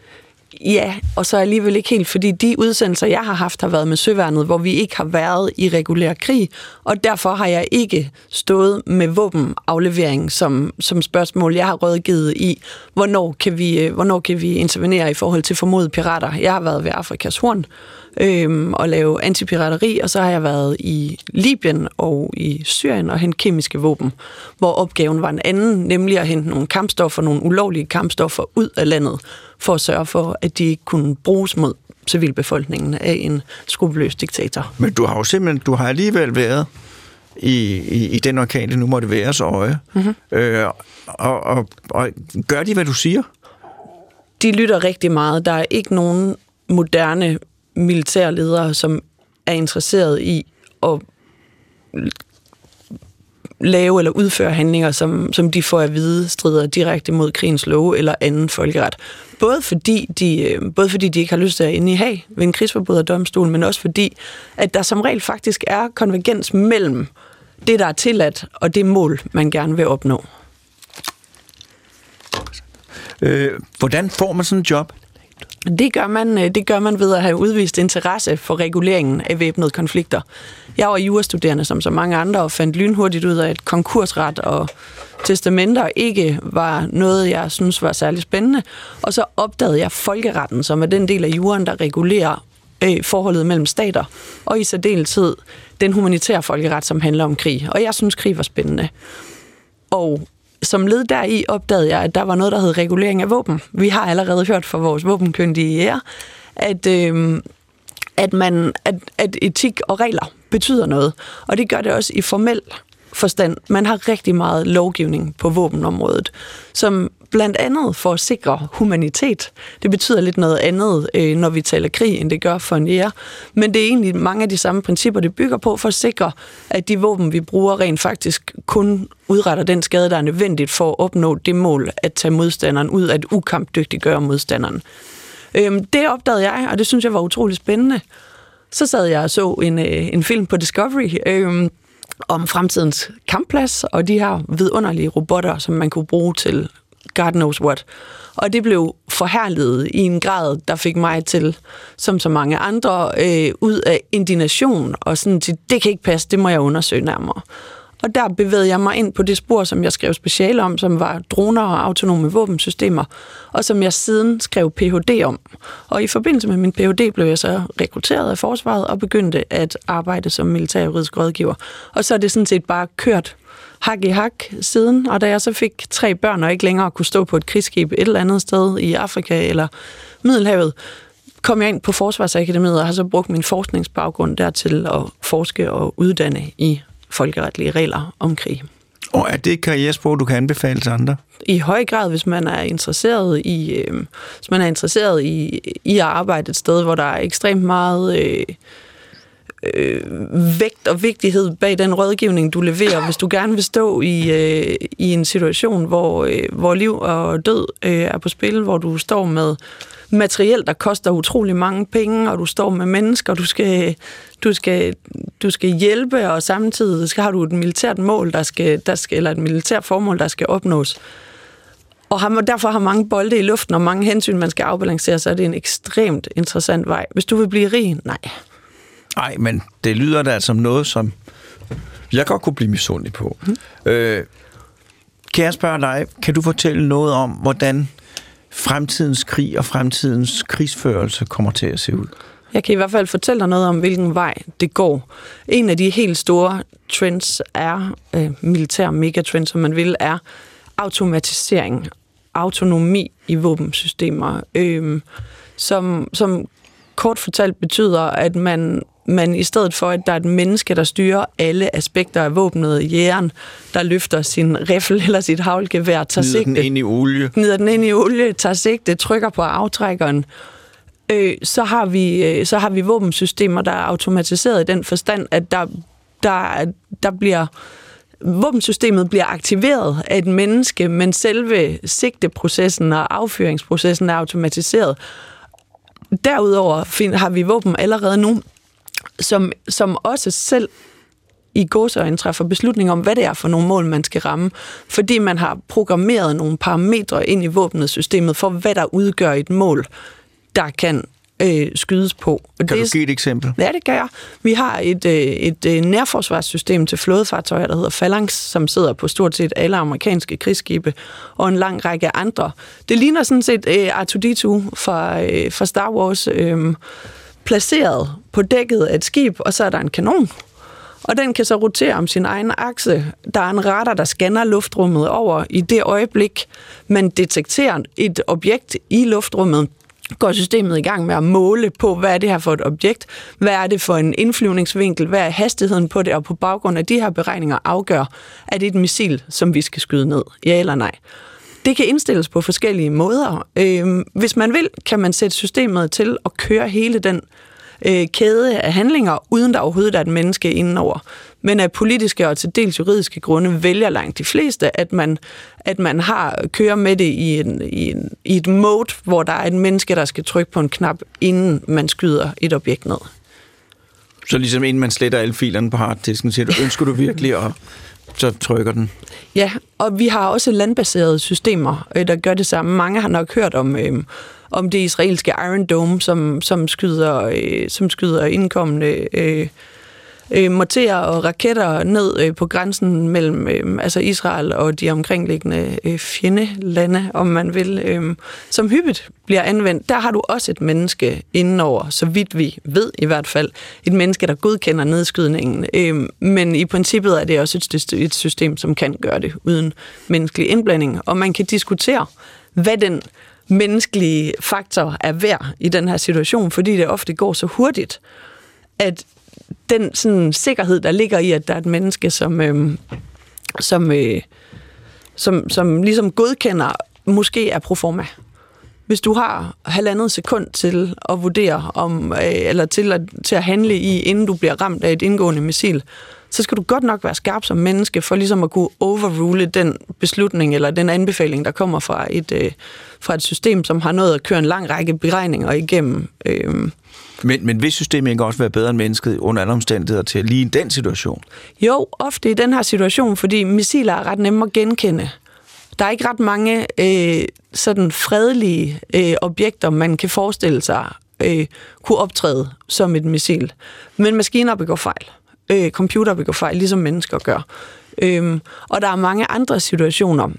Ja, og så alligevel ikke helt, fordi de udsendelser, jeg har haft, har været med Søværnet, hvor vi ikke har været i regulær krig, og derfor har jeg ikke stået med våbenaflevering som, som spørgsmål. Jeg har rådgivet i, hvornår kan, vi, hvornår kan vi intervenere i forhold til formodede pirater. Jeg har været ved Afrikas Horn øhm, og lave antipirateri, og så har jeg været i Libyen og i Syrien og hente kemiske våben, hvor opgaven var en anden, nemlig at hente nogle kampstoffer, nogle ulovlige kampstoffer ud af landet, for at sørge for, at de ikke kunne bruges mod civilbefolkningen af en skrupelløs diktator. Men du har jo simpelthen, du har alligevel været i, i, i den orkan, det nu måtte være så øje. Mm-hmm. Øh, og, og, og gør de, hvad du siger? De lytter rigtig meget. Der er ikke nogen moderne militærledere, som er interesseret i at lave eller udføre handlinger, som, som de får at vide strider direkte mod krigens love eller anden folkeret. Både fordi, de, både fordi de ikke har lyst til at ende i hag ved en krigsforbryderdomstol, men også fordi, at der som regel faktisk er konvergens mellem det, der er tilladt, og det mål, man gerne vil opnå. Øh, hvordan får man sådan en job? Det gør, man, det gør man ved at have udvist interesse for reguleringen af væbnede konflikter. Jeg var jurastuderende som så mange andre og fandt lynhurtigt ud af, at konkursret og testamenter ikke var noget, jeg synes var særlig spændende. Og så opdagede jeg folkeretten, som er den del af juraen, der regulerer øh, forholdet mellem stater, og i særdeleshed den humanitære folkeret, som handler om krig. Og jeg synes, krig var spændende. Og som led deri opdagede jeg, at der var noget, der hed regulering af våben. Vi har allerede hørt fra vores våbenkyndige jæger, at, øh, at, man, at, at etik og regler betyder noget. Og det gør det også i formel forstand. Man har rigtig meget lovgivning på våbenområdet, som blandt andet for at sikre humanitet. Det betyder lidt noget andet, øh, når vi taler krig, end det gør for en jæger. Men det er egentlig mange af de samme principper, det bygger på, for at sikre, at de våben, vi bruger, rent faktisk kun udretter den skade, der er nødvendigt for at opnå det mål, at tage modstanderen ud, at ukampdygtiggøre modstanderen. Øh, det opdagede jeg, og det synes jeg var utrolig spændende. Så sad jeg og så en, øh, en film på Discovery, øh, om fremtidens kampplads, og de her vidunderlige robotter, som man kunne bruge til God knows what. Og det blev forherliget i en grad, der fik mig til, som så mange andre, øh, ud af indignation, og sådan til, det kan ikke passe, det må jeg undersøge nærmere. Og der bevægede jeg mig ind på det spor, som jeg skrev speciale om, som var droner og autonome våbensystemer, og som jeg siden skrev P H D om. Og i forbindelse med min P H D blev jeg så rekrutteret af forsvaret og begyndte at arbejde som militærjuridisk rådgiver. Og så er det sådan set bare kørt hak i hak siden, og da jeg så fik tre børn og ikke længere kunne stå på et krigsskib et eller andet sted i Afrika eller Middelhavet, kom jeg ind på Forsvarsakademiet og har så brugt min forskningsbaggrund dertil at forske og uddanne i folkeretlige regler om krig. Og er det et karrierespor, du kan anbefale til andre? I høj grad, hvis man er interesseret i, øh, hvis man er interesseret i, i at arbejde et sted, hvor der er ekstremt meget øh, øh, vægt og vigtighed bag den rådgivning, du leverer. Hvis du gerne vil stå i, øh, i en situation, hvor, øh, hvor liv og død øh, er på spil, hvor du står med materiel, der koster utrolig mange penge, og du står med mennesker, du skal, du skal, du skal hjælpe, og samtidig skal, har du et militært mål, der skal, der skal, eller et militært formål, der skal opnås. Og har, derfor har mange bolde i luften, og mange hensyn, man skal afbalancere, så er det en ekstremt interessant vej. Hvis du vil blive rig, nej. Nej, men det lyder da som noget, som jeg godt kunne blive misundelig på. Hmm. Øh, kan jeg spørge dig, kan du fortælle noget om, hvordan fremtidens krig og fremtidens krigsførelse kommer til at se ud? Jeg kan i hvert fald fortælle dig noget om, hvilken vej det går. En af de helt store trends er, øh, militær megatrend, som man vil, er automatisering, autonomi i våbensystemer, øh, som, som kort fortalt betyder, at man, man i stedet for, at der er et menneske, der styrer alle aspekter af våbnet, jægeren, der løfter sin riffel eller sit haglgevær, tager Nider sigte, den ind i olie. Nider den ind i olie, tager sigte, trykker på aftrækkeren, øh, så, har vi, øh, så har vi våbensystemer, der er automatiseret i den forstand, at der, der, der bliver våbensystemet bliver aktiveret af et menneske, men selve sigteprocessen og affyringsprocessen er automatiseret. Derudover har vi våben allerede nu, som, som også selv i gåseøjne træffer beslutning om, hvad det er for nogle mål, man skal ramme, fordi man har programmeret nogle parametre ind i våbensystemet for, hvad der udgør et mål. der kan øh, skydes på. Kan det, du give et eksempel? Ja, det gør jeg. Vi har et, øh, et øh, nærforsvarssystem til flådefartøjer, der hedder Phalanx, som sidder på stort set alle amerikanske krigsskibe, og en lang række andre. Det ligner sådan set øh, R to D to fra, øh, fra Star Wars, øh, placeret på dækket af et skib, og så er der en kanon. Og den kan så rotere om sin egen akse. Der er en radar, der scanner luftrummet over. I det øjeblik, man detekterer et objekt i luftrummet, går systemet i gang med at måle på, hvad er det her for et objekt, hvad er det for en indflyvningsvinkel, hvad er hastigheden på det, og på baggrund af de her beregninger afgør, er det et missil, som vi skal skyde ned, ja eller nej. Det kan indstilles på forskellige måder. Hvis man vil, kan man sætte systemet til at køre hele den kæde af handlinger, uden der overhovedet er et menneske indenover. Men af politiske og til dels juridiske grunde vælger langt de fleste, at man, at man har kører med det i, en, i, en, i et mode, hvor der er et menneske, der skal trykke på en knap, inden man skyder et objekt ned. Så ligesom inden man sletter alle filerne på harddisken, siger du, ønsker du virkelig, og så trykker den? Ja, og vi har også landbaserede systemer, der gør det samme. Mange har nok hørt om... Øh, om det israelske Iron Dome, som, som, skyder, øh, som skyder indkommende øh, øh, morterer og raketter ned øh, på grænsen mellem øh, altså Israel og de omkringliggende øh, fjendelande, om man vil, øh, som hyppigt bliver anvendt. Der har du også et menneske indenover, så vidt vi ved i hvert fald. Et menneske, der godkender nedskydningen. Øh, men i princippet er det også et, et system, som kan gøre det uden menneskelig indblanding. Og man kan diskutere, hvad den menneskelige faktor er værd i den her situation, fordi det ofte går så hurtigt, at den sådan, sikkerhed, der ligger i, at der er et menneske, som, øh, som, øh, som, som ligesom godkender, måske er proforma. Hvis du har halvandet sekund til at vurdere, om, øh, eller til at, til at handle i, inden du bliver ramt af et indgående missil, så skal du godt nok være skarp som menneske, for ligesom at kunne overrule den beslutning, eller den anbefaling, der kommer fra et, øh, fra et system, som har nået at køre en lang række beregninger igennem. Øh. Men, men vil systemet ikke også være bedre end mennesket under alle omstændigheder til lige i den situation? Jo, ofte i den her situation, fordi missiler er ret nemme at genkende. Der er ikke ret mange øh, sådan fredelige øh, objekter, man kan forestille sig øh, kunne optræde som et missil. Men maskiner begår fejl. Øh, computer begår fejl, ligesom mennesker gør. Øhm, og der er mange andre situationer,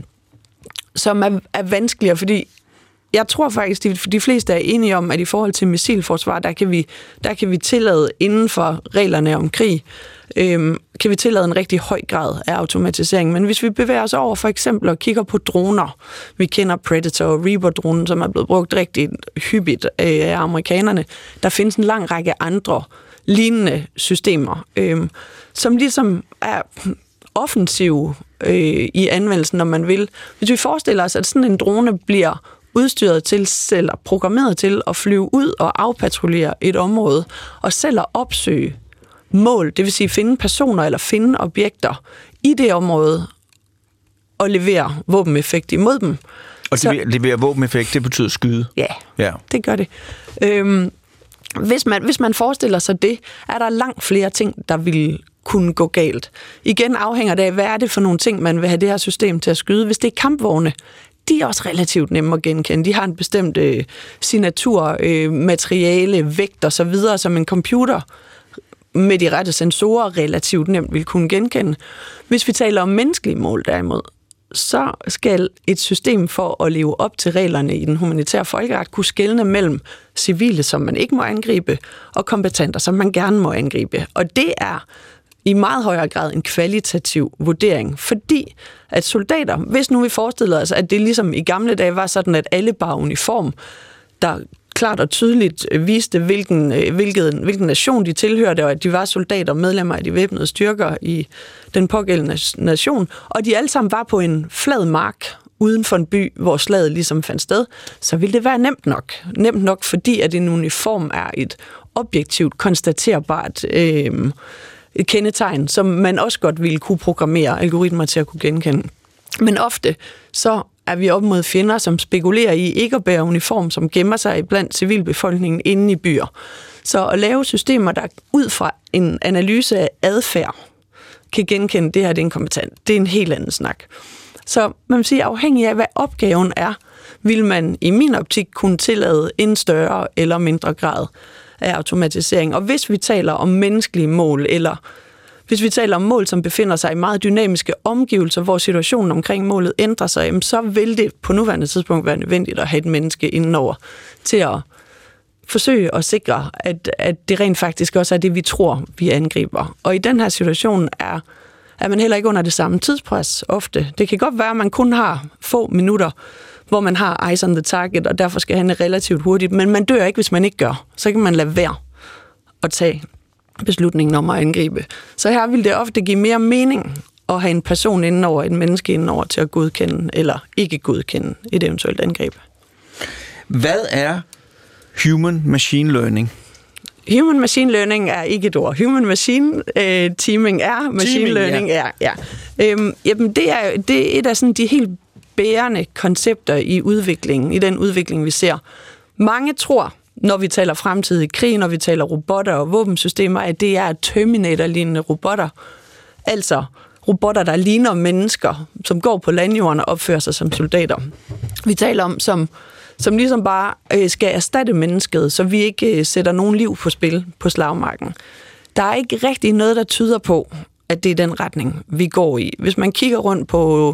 som er, er vanskeligere, fordi jeg tror faktisk, de, de fleste er enige om, at i forhold til missilforsvar, der kan vi, der kan vi tillade inden for reglerne om krig, øhm, kan vi tillade en rigtig høj grad af automatisering. Men hvis vi bevæger os over for eksempel og kigger på droner, vi kender Predator og Reaper-dronen, som er blevet brugt rigtig hyppigt af amerikanerne, der findes en lang række andre lignende systemer, øh, som ligesom er offensive øh, i anvendelsen, når man vil. Hvis vi forestiller os, at sådan en drone bliver udstyret til, eller programmeret til at flyve ud og afpatruljere et område, og selv at opsøge mål, det vil sige finde personer eller finde objekter i det område, og levere våbeneffekt imod dem. Og levere, levere våbeneffekt, det betyder skyde? Ja, ja. Det gør det. Øhm, Hvis man, hvis man forestiller sig det, er der langt flere ting, der vil kunne gå galt. Igen afhænger det af, hvad er det for nogle ting, man vil have det her system til at skyde. Hvis det er kampvogne, de er også relativt nemme at genkende. De har en bestemt øh, signatur, øh, materiale, vægt og så videre, som en computer med de rette sensorer relativt nemt vil kunne genkende. Hvis vi taler om menneskelige mål derimod, så skal et system for at leve op til reglerne i den humanitære folkeret kunne skelne mellem civile, som man ikke må angribe, og kompetenter, som man gerne må angribe. Og det er i meget højere grad en kvalitativ vurdering, fordi at soldater, hvis nu vi forestiller os, at det ligesom i gamle dage var sådan, at alle bar uniform, der klart og tydeligt viste, hvilken, hvilken, hvilken nation de tilhørte, og at de var soldater, medlemmer af de væbnede styrker i den pågældende nation, og de alle sammen var på en flad mark uden for en by, hvor slaget ligesom fandt sted, så ville det være nemt nok. Nemt nok, fordi at en uniform er et objektivt konstaterbart øh, et kendetegn, som man også godt ville kunne programmere algoritmer til at kunne genkende. Men ofte så er vi op mod fjender, som spekulerer i ikke at bære uniform, som gemmer sig blandt civilbefolkningen inde i byer. Så at lave systemer, der ud fra en analyse af adfærd kan genkende, det her det er inkompetent. Det er en helt anden snak. Så man vil sige, afhængig af, hvad opgaven er, vil man i min optik kunne tillade en større eller mindre grad af automatisering. Og hvis vi taler om menneskelige mål, eller hvis vi taler om mål, som befinder sig i meget dynamiske omgivelser, hvor situationen omkring målet ændrer sig, så vil det på nuværende tidspunkt være nødvendigt at have et menneske indenover til at forsøge at sikre, at, at det rent faktisk også er det, vi tror, vi angriber. Og i den her situation er, er man heller ikke under det samme tidspres ofte. Det kan godt være, at man kun har få minutter, hvor man har eyes on the target, og derfor skal handle relativt hurtigt, men man dør ikke, hvis man ikke gør. Så kan man lade være at tage beslutningen om at angribe. Så her vil det ofte give mere mening at have en person indenover, et menneske indenover til at godkende eller ikke godkende et eventuelt angreb. Hvad er human machine learning? Human machine learning er ikke et ord. Human machine øh, teaming er. Machine teaming, learning ja. er. Ja. Øhm, jamen det er det er et af sådan de helt bærende koncepter i udviklingen, i den udvikling vi ser. Mange tror, når vi taler fremtidig krig, når vi taler robotter og våbensystemer, at det er Terminator-lignende robotter. Altså robotter, der ligner mennesker, som går på landjorden og opfører sig som soldater. Vi taler om, som, som ligesom bare øh, skal erstatte mennesket, så vi ikke øh, sætter nogen liv på spil på slagmarken. Der er ikke rigtig noget, der tyder på, at det er den retning, vi går i. Hvis man kigger rundt på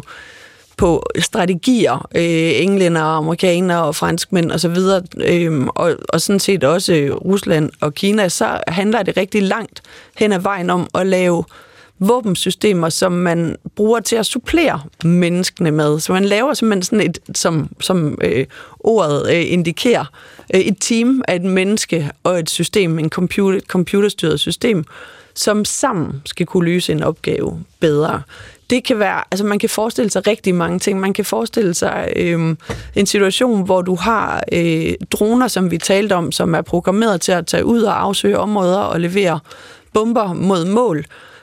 på strategier, øh, englænder, amerikanere og franskmænd og så videre, øh, og, og sådan set også øh, Rusland og Kina, så handler det rigtig langt hen ad vejen om at lave våbensystemer, som man bruger til at supplere menneskene med. Så man laver simpelthen sådan et, som, som øh, ordet øh, indikerer, øh, et team af et menneske og et system, en computer, computerstyret system, som sammen skal kunne løse en opgave bedre. Det kan være, altså man kan forestille sig rigtig mange ting. Man kan forestille sig øh, en situation, hvor du har øh, droner, som vi talte om, som er programmeret til at tage ud og afsøge områder og levere bomber mod mål.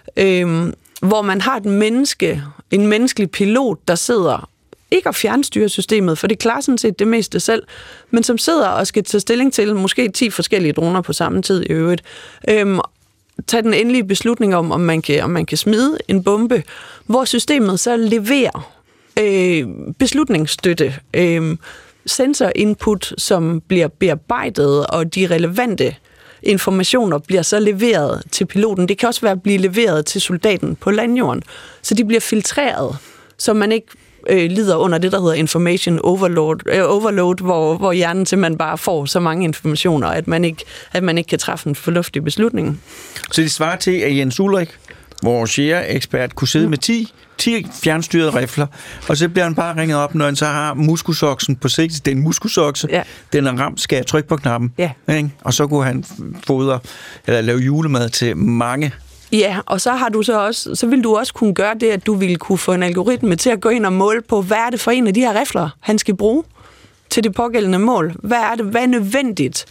Øh, hvor man har et menneske, en menneskelig pilot, der sidder ikke at fjernstyre systemet, for det klarer sådan set det meste selv, men som sidder og skal tage stilling til måske ti forskellige droner på samme tid i øvrigt. Øh, tage den endelige beslutning om, om man kan, om man kan smide en bombe, hvor systemet så leverer øh, beslutningsstøtte, øh, sensorinput, som bliver bearbejdet, og de relevante informationer bliver så leveret til piloten. Det kan også være at blive leveret til soldaten på landjorden, så de bliver filtreret, så man ikke øh, lider under det, der hedder information overload, øh, overload hvor, hvor hjernen simpelthen bare får så mange informationer, at man ikke, at man ikke kan træffe en fornuftig beslutning. Så det svarer til, at Jens Ulrik, vores jægerekspert, kunne sidde mm. med ti, ti fjernstyrede rifler, og så bliver han bare ringet op, når han så har muskusoksen på sigt. Det er en muskusokse, ja. Den er ramt, skal jeg trykke på knappen. Ja. Ikke? Og så kunne han fodre, eller lave julemad til mange. Ja, og så har du så også, så vil du også kunne gøre det, at du vil kunne få en algoritme til at gå ind og måle på, hvad er det for en af de her rifler, han skal bruge til det pågældende mål. Hvad er det, hvad er nødvendigt?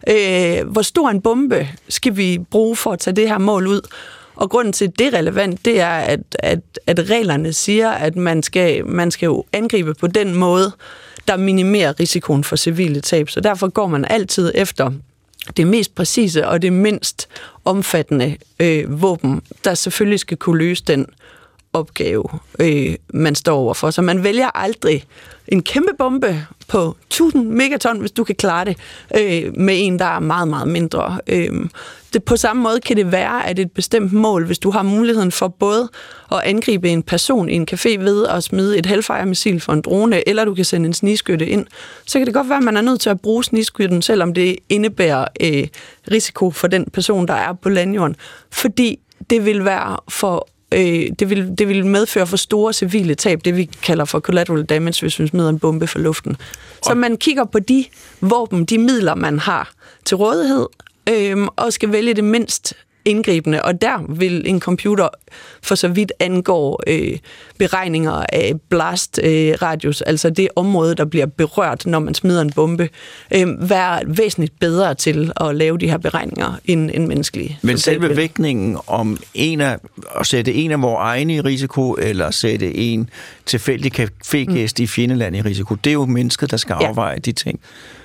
Øh, hvor stor en bombe skal vi bruge for at tage det her mål ud? Og grunden til, at det er relevant, det er, at, at, at reglerne siger, at man skal, man skal jo angribe på den måde, der minimerer risikoen for civile tab. Så derfor går man altid efter det mest præcise og det mindst omfattende øh, våben, der selvfølgelig skal kunne løse den opgave, øh, man står overfor. Så man vælger aldrig en kæmpe bombe på tusind megaton, hvis du kan klare det, øh, med en, der er meget, meget mindre. Øh, det, på samme måde kan det være, at et bestemt mål, hvis du har muligheden for både at angribe en person i en café ved at smide et Hellfire-missil for en drone, eller du kan sende en snigskytte ind, så kan det godt være, at man er nødt til at bruge snigskytten, selvom det indebærer øh, risiko for den person, der er på landjorden. Fordi det vil være for Øh, det, vil, det vil medføre for store civile tab, det vi kalder for collateral damage, hvis vi smider en bombe for luften. Så man kigger på de våben, de midler, man har til rådighed, øh, og skal vælge det mindst indgribende, og der vil en computer, for så vidt angår øh, beregninger af blast øh, radius, altså det område, der bliver berørt, når man smider en bombe, øh, være væsentligt bedre til at lave de her beregninger end, end menneskelige. Men selve vægtningen om en af, at sætte en af vores egne i risiko, eller sætte en tilfældig cafégæst mm. i fjendeland i risiko, det er jo mennesket, der skal afveje ja. de ting.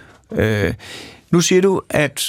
Øh, nu siger du, at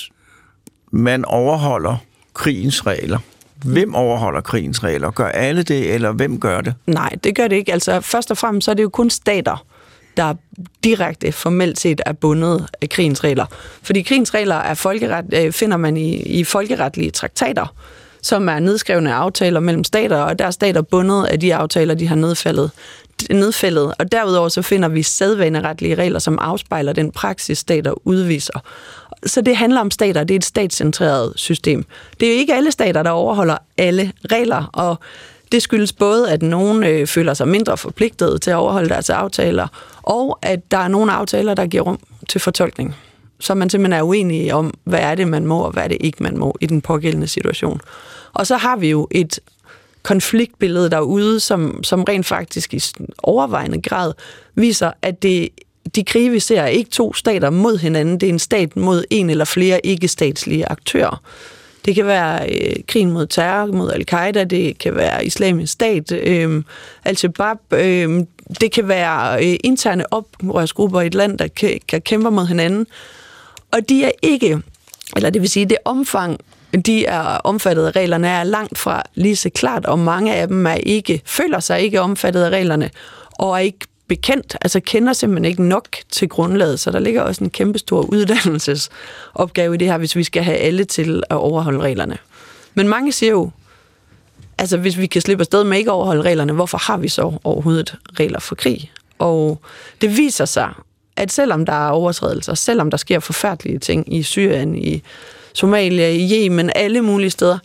man overholder krigens regler. Hvem overholder krigens regler? Gør alle det, eller hvem gør det? Nej, det gør det ikke. Altså, først og fremmest så er det jo kun stater, der direkte formelt set er bundet af krigens regler. Fordi krigens regler er folkeret, finder man i, i folkeretlige traktater, som er nedskrevne aftaler mellem stater, og der er stater bundet af de aftaler, de har nedfældet. nedfældet. Og derudover så finder vi sædvaneretlige regler, som afspejler den praksis, stater udviser. Så det handler om stater, det er et statscentreret system. Det er jo ikke alle stater, der overholder alle regler, og det skyldes både, at nogen øh, føler sig mindre forpligtede til at overholde deres aftaler, og at der er nogle aftaler, der giver rum til fortolkning. Så man simpelthen er uenige om, hvad er det, man må, og hvad er det ikke, man må i den pågældende situation. Og så har vi jo et konfliktbillede derude, som, som rent faktisk i overvejende grad viser, at det, de krige, vi ser, er ikke to stater mod hinanden, det er en stat mod en eller flere ikke-statslige aktører. Det kan være øh, krigen mod terror, mod al-Qaida, det kan være islamisk stat, øh, al-Shabaab, øh, det kan være øh, interne oprørsgrupper i et land, der kan, kan kæmpe mod hinanden. Og de er ikke, eller det vil sige, det omfang, de er omfattet af reglerne, er langt fra lige så klart, og mange af dem er ikke, føler sig ikke omfattet af reglerne, og er ikke bekendt, altså kender simpelthen ikke nok til grundlaget, så der ligger også en kæmpestor uddannelsesopgave i det her, hvis vi skal have alle til at overholde reglerne. Men mange siger jo, altså hvis vi kan slippe afsted med ikke at overholde reglerne, hvorfor har vi så overhovedet regler for krig? Og det viser sig, at selvom der er overtrædelser, selvom der sker forfærdelige ting i Syrien, i Somalia, i Yemen, alle mulige steder,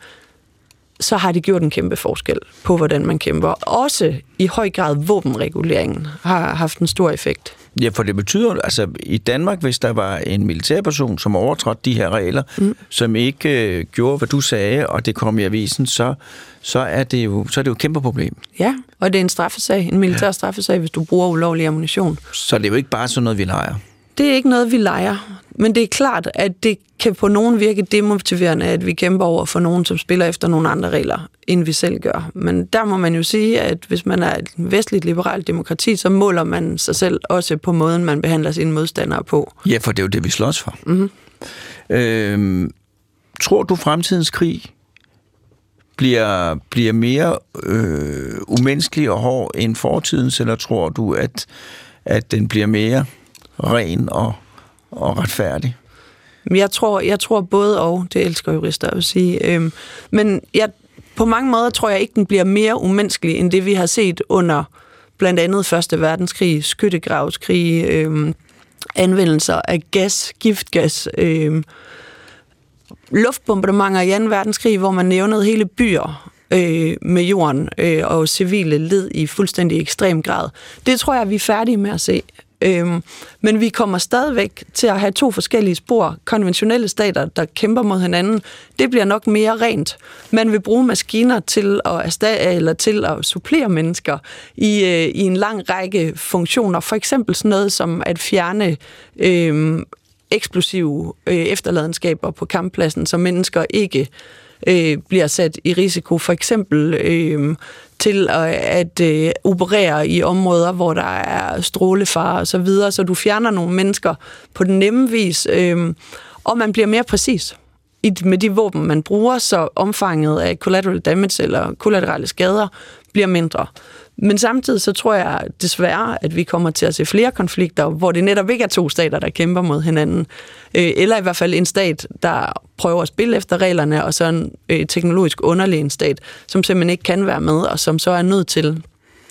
så har det gjort en kæmpe forskel på, hvordan man kæmper. Også i høj grad våbenreguleringen har haft en stor effekt. Ja, for det betyder, altså i Danmark, hvis der var en militærperson, som overtrådte de her regler, mm. som ikke øh, gjorde, hvad du sagde, og det kom i avisen, så, så, er det jo, så er det jo et kæmpe problem. Ja, og det er en straffesag, en militær ja. straffesag, hvis du bruger ulovlig ammunition. Så det er jo ikke bare sådan noget, vi leger. Det er ikke noget, vi leger. Men det er klart, at det kan på nogen virke demotiverende, at vi kæmper over for nogen, som spiller efter nogle andre regler, end vi selv gør. Men der må man jo sige, at hvis man er et vestligt liberalt demokrati, så måler man sig selv også på måden, man behandler sine modstandere på. Ja, for det er jo det, vi slås for. Mm-hmm. Øhm, tror du, fremtidens krig bliver, bliver mere øh, umenneskelig og hård end fortidens, eller tror du, at, at den bliver mere ren og, og retfærdig? Jeg tror, jeg tror både og, det elsker jurister at sige. Øhm, men jeg, på mange måder tror jeg ikke, den bliver mere umenneskelig, end det vi har set under blandt andet Første Verdenskrig, skyttegravskrig, øhm, anvendelser af gas, giftgas, øhm, luftbombardementer i anden verdenskrig, hvor man nævnede hele byer øh, med jorden øh, og civile led i fuldstændig ekstrem grad. Det tror jeg, vi er færdige med at se. Øhm, men vi kommer stadigvæk til at have to forskellige spor. Konventionelle stater, der kæmper mod hinanden, det bliver nok mere rent. Man vil bruge maskiner til at erstatte eller til at supplere mennesker i, øh, i en lang række funktioner. For eksempel sådan noget som at fjerne øh, eksplosive øh, efterladenskaber på kamppladsen, så mennesker ikke øh, bliver sat i risiko. For eksempel øh, til at, at øh, operere i områder, hvor der er strålefare og så videre, så du fjerner nogle mennesker på den nemme vis, øh, og man bliver mere præcis i, med de våben, man bruger, så omfanget af collateral damage eller kollaterale skader bliver mindre. Men samtidig så tror jeg desværre, at vi kommer til at se flere konflikter, hvor det netop ikke er to stater, der kæmper mod hinanden. Eller i hvert fald en stat, der prøver at spille efter reglerne, og så en øh, teknologisk underlegen stat, som simpelthen ikke kan være med, og som så er nødt til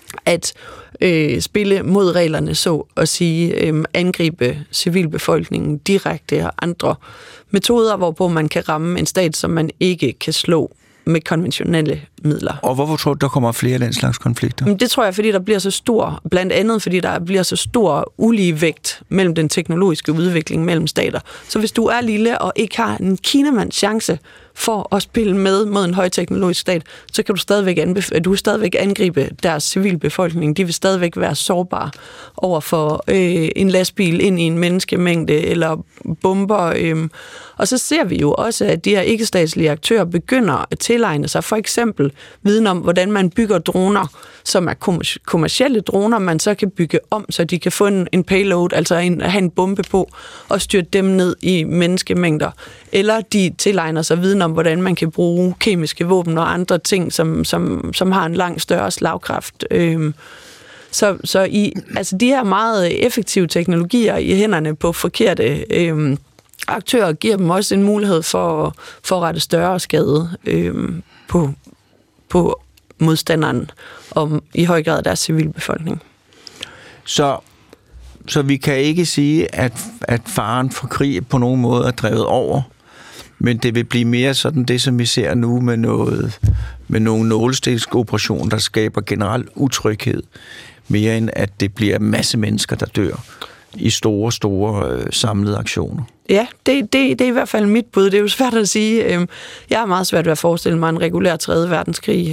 at øh, spille mod reglerne, så at sige, øh, angribe civilbefolkningen direkte og andre metoder, hvorpå man kan ramme en stat, som man ikke kan slå med konventionelle midler. Og hvorfor tror du, der kommer flere af den slags konflikter? Det tror jeg, fordi der bliver så stor, blandt andet fordi der bliver så stor uligevægt mellem den teknologiske udvikling mellem stater. Så hvis du er lille og ikke har en kinamands chance for at spille med mod en højteknologisk stat, så kan du stadigvæk, anbef- du stadigvæk angribe deres civilbefolkning. De vil stadigvæk være sårbare over for øh, en lastbil ind i en menneskemængde eller bomber. Øh. Og så ser vi jo også, at de her ikke-statslige aktører begynder at tilegne sig for eksempel viden om, hvordan man bygger droner, som er kommercielle droner, man så kan bygge om, så de kan få en, en payload, altså en, have en bombe på, og styrte dem ned i menneskemængder. Eller de tilegner sig viden om, hvordan man kan bruge kemiske våben og andre ting, som, som, som har en langt større slagkraft. Øhm, Så, så i, altså de her meget effektive teknologier i hænderne på forkerte øh, aktører giver dem også en mulighed for, for at rette større skade øh, på, på modstanderen og i høj grad deres civilbefolkning. Så, så vi kan ikke sige, at, at faren for krig på nogen måde er drevet over, men det vil blive mere sådan det, som vi ser nu med, noget, med nogle nålestiksoperationer, der skaber generel utryghed, mere end at det bliver en masse mennesker, der dør i store, store øh, samlede aktioner. Ja, det, det, det er i hvert fald mit bud. Det er jo svært at sige. Jeg har meget svært ved at forestille mig en regulær tredje verdenskrig.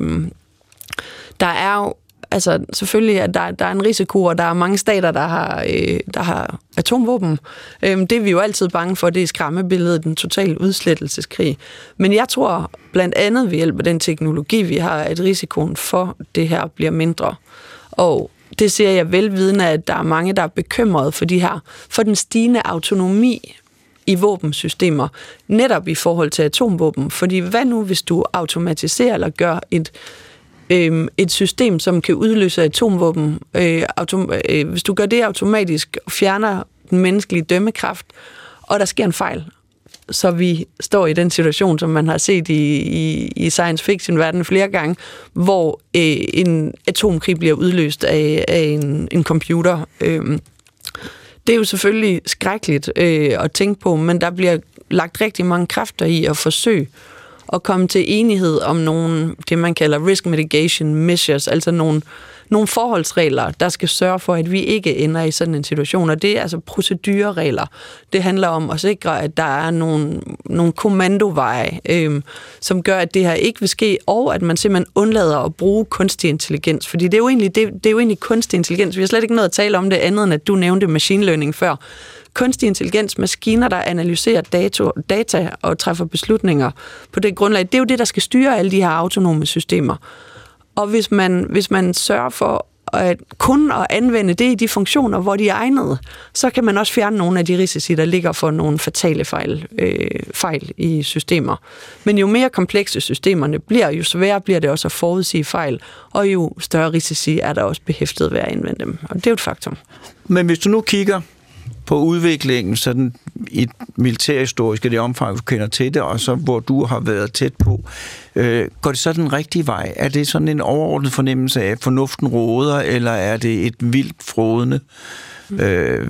Der er jo altså selvfølgelig, at der, der er en risiko, og der er mange stater, der har, der har atomvåben. Det er vi jo altid bange for, det er skræmmebilledet, den totale udslettelseskrig. Men jeg tror blandt andet ved hjælp af den teknologi, vi har, at risikoen for det her bliver mindre. Og det ser jeg velvidende, at der er mange, der er bekymrede for de her, for den stigende autonomi i våbensystemer, netop i forhold til atomvåben. Fordi hvad nu, hvis du automatiserer eller gør et, øh, et system, som kan udløse atomvåben, øh, autom, øh, hvis du gør det automatisk og fjerner den menneskelige dømmekraft, og der sker en fejl, så vi står i den situation, som man har set i, i, i science fiction-verdenen flere gange, hvor øh, en atomkrig bliver udløst af, af en, en computer. Øh, det er jo selvfølgelig skrækkeligt øh, at tænke på, men der bliver lagt rigtig mange kræfter i at forsøge at komme til enighed om nogle, det man kalder risk mitigation measures, altså nogle, nogle forholdsregler, der skal sørge for, at vi ikke ender i sådan en situation. Og det er altså procedureregler. Det handler om at sikre, at der er nogle, nogle kommandoveje, øh, som gør, at det her ikke vil ske, og at man simpelthen undlader at bruge kunstig intelligens. Fordi det er jo egentlig, det, det er jo egentlig kunstig intelligens. Vi har slet ikke noget at tale om det andet, end at du nævnte machine learning før. Kunstig intelligens, maskiner, der analyserer data, data og træffer beslutninger på det grundlag, det er jo det, der skal styre alle de her autonome systemer. Og hvis man, hvis man sørger for at kun at anvende det i de funktioner, hvor de er egnede, så kan man også fjerne nogle af de risici, der ligger for nogle fatale fejl, øh, fejl i systemer. Men jo mere komplekse systemerne bliver, jo sværere bliver det også at forudsige fejl, og jo større risici er der også behæftet ved at anvende dem. Og det er jo et faktum. Men hvis du nu kigger på udviklingen sådan i militærhistorisk, det omfang, du kender til det, og så hvor du har været tæt på, øh, går det så den rigtige vej? Er det sådan en overordnet fornemmelse af, at fornuften råder, eller er det et vildt frådende øh,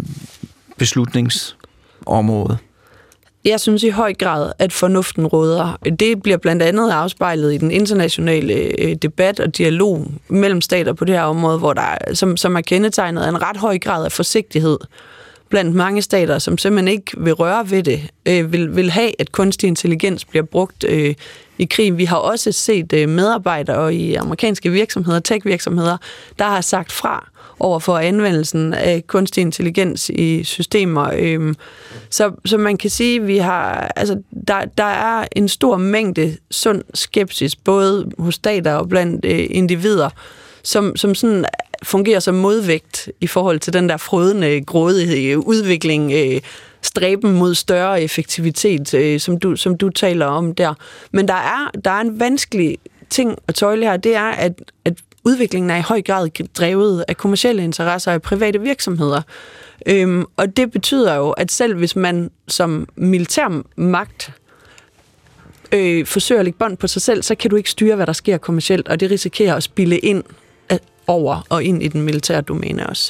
beslutningsområde? Jeg synes i høj grad, at fornuften råder. Det bliver blandt andet afspejlet i den internationale debat og dialog mellem stater på det her område, hvor der, som, som er kendetegnet af en ret høj grad af forsigtighed blandt mange stater, som simpelthen ikke vil røre ved det, øh, vil, vil have, at kunstig intelligens bliver brugt øh, i krig. Vi har også set øh, medarbejdere i amerikanske virksomheder, tech-virksomheder, der har sagt fra over for anvendelsen af kunstig intelligens i systemer. Øh, så, så man kan sige, vi har, altså, der, der er en stor mængde sund skepsis, både hos stater og blandt øh, individer, som, som sådan fungerer som modvægt i forhold til den der frødende, grådige udvikling, øh, stræben mod større effektivitet, øh, som, du, som du taler om der. Men der er, der er en vanskelig ting at tøjle her, det er, at, at udviklingen er i høj grad drevet af kommercielle interesser af private virksomheder. Øhm, og det betyder jo, at selv hvis man som militærmagt øh, forsøger at lægge bånd på sig selv, så kan du ikke styre, hvad der sker kommercielt, og det risikerer at spille ind over og ind i den militære domæne også.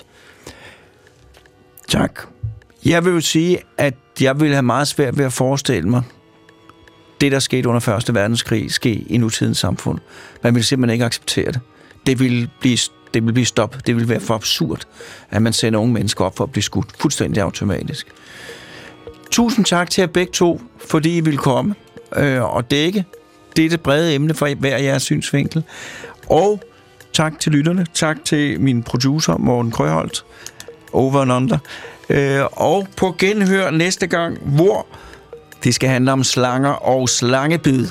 Tak. Jeg vil jo sige, at jeg vil have meget svært ved at forestille mig, det der skete under første verdenskrig, ske i nutidens samfund. Man vil simpelthen ikke acceptere det. Det vil blive, det vil blive stoppet. Det vil være for absurd, at man sender unge mennesker op for at blive skudt fuldstændig automatisk. Tusind tak til jer begge to, fordi I ville komme øh, og dække dette brede emne for hver jeres synsvinkel. Og tak til lytterne. Tak til min producer, Morten Krøholt, Over and Under. Øh, og på genhør næste gang, hvor det skal handle om slanger og slangebid.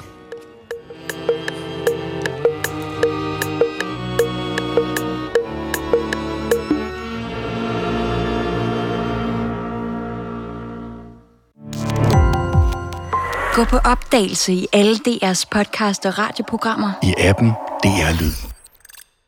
Gå på opdagelse i alle D R's podcast og radioprogrammer. I appen D R Lyd.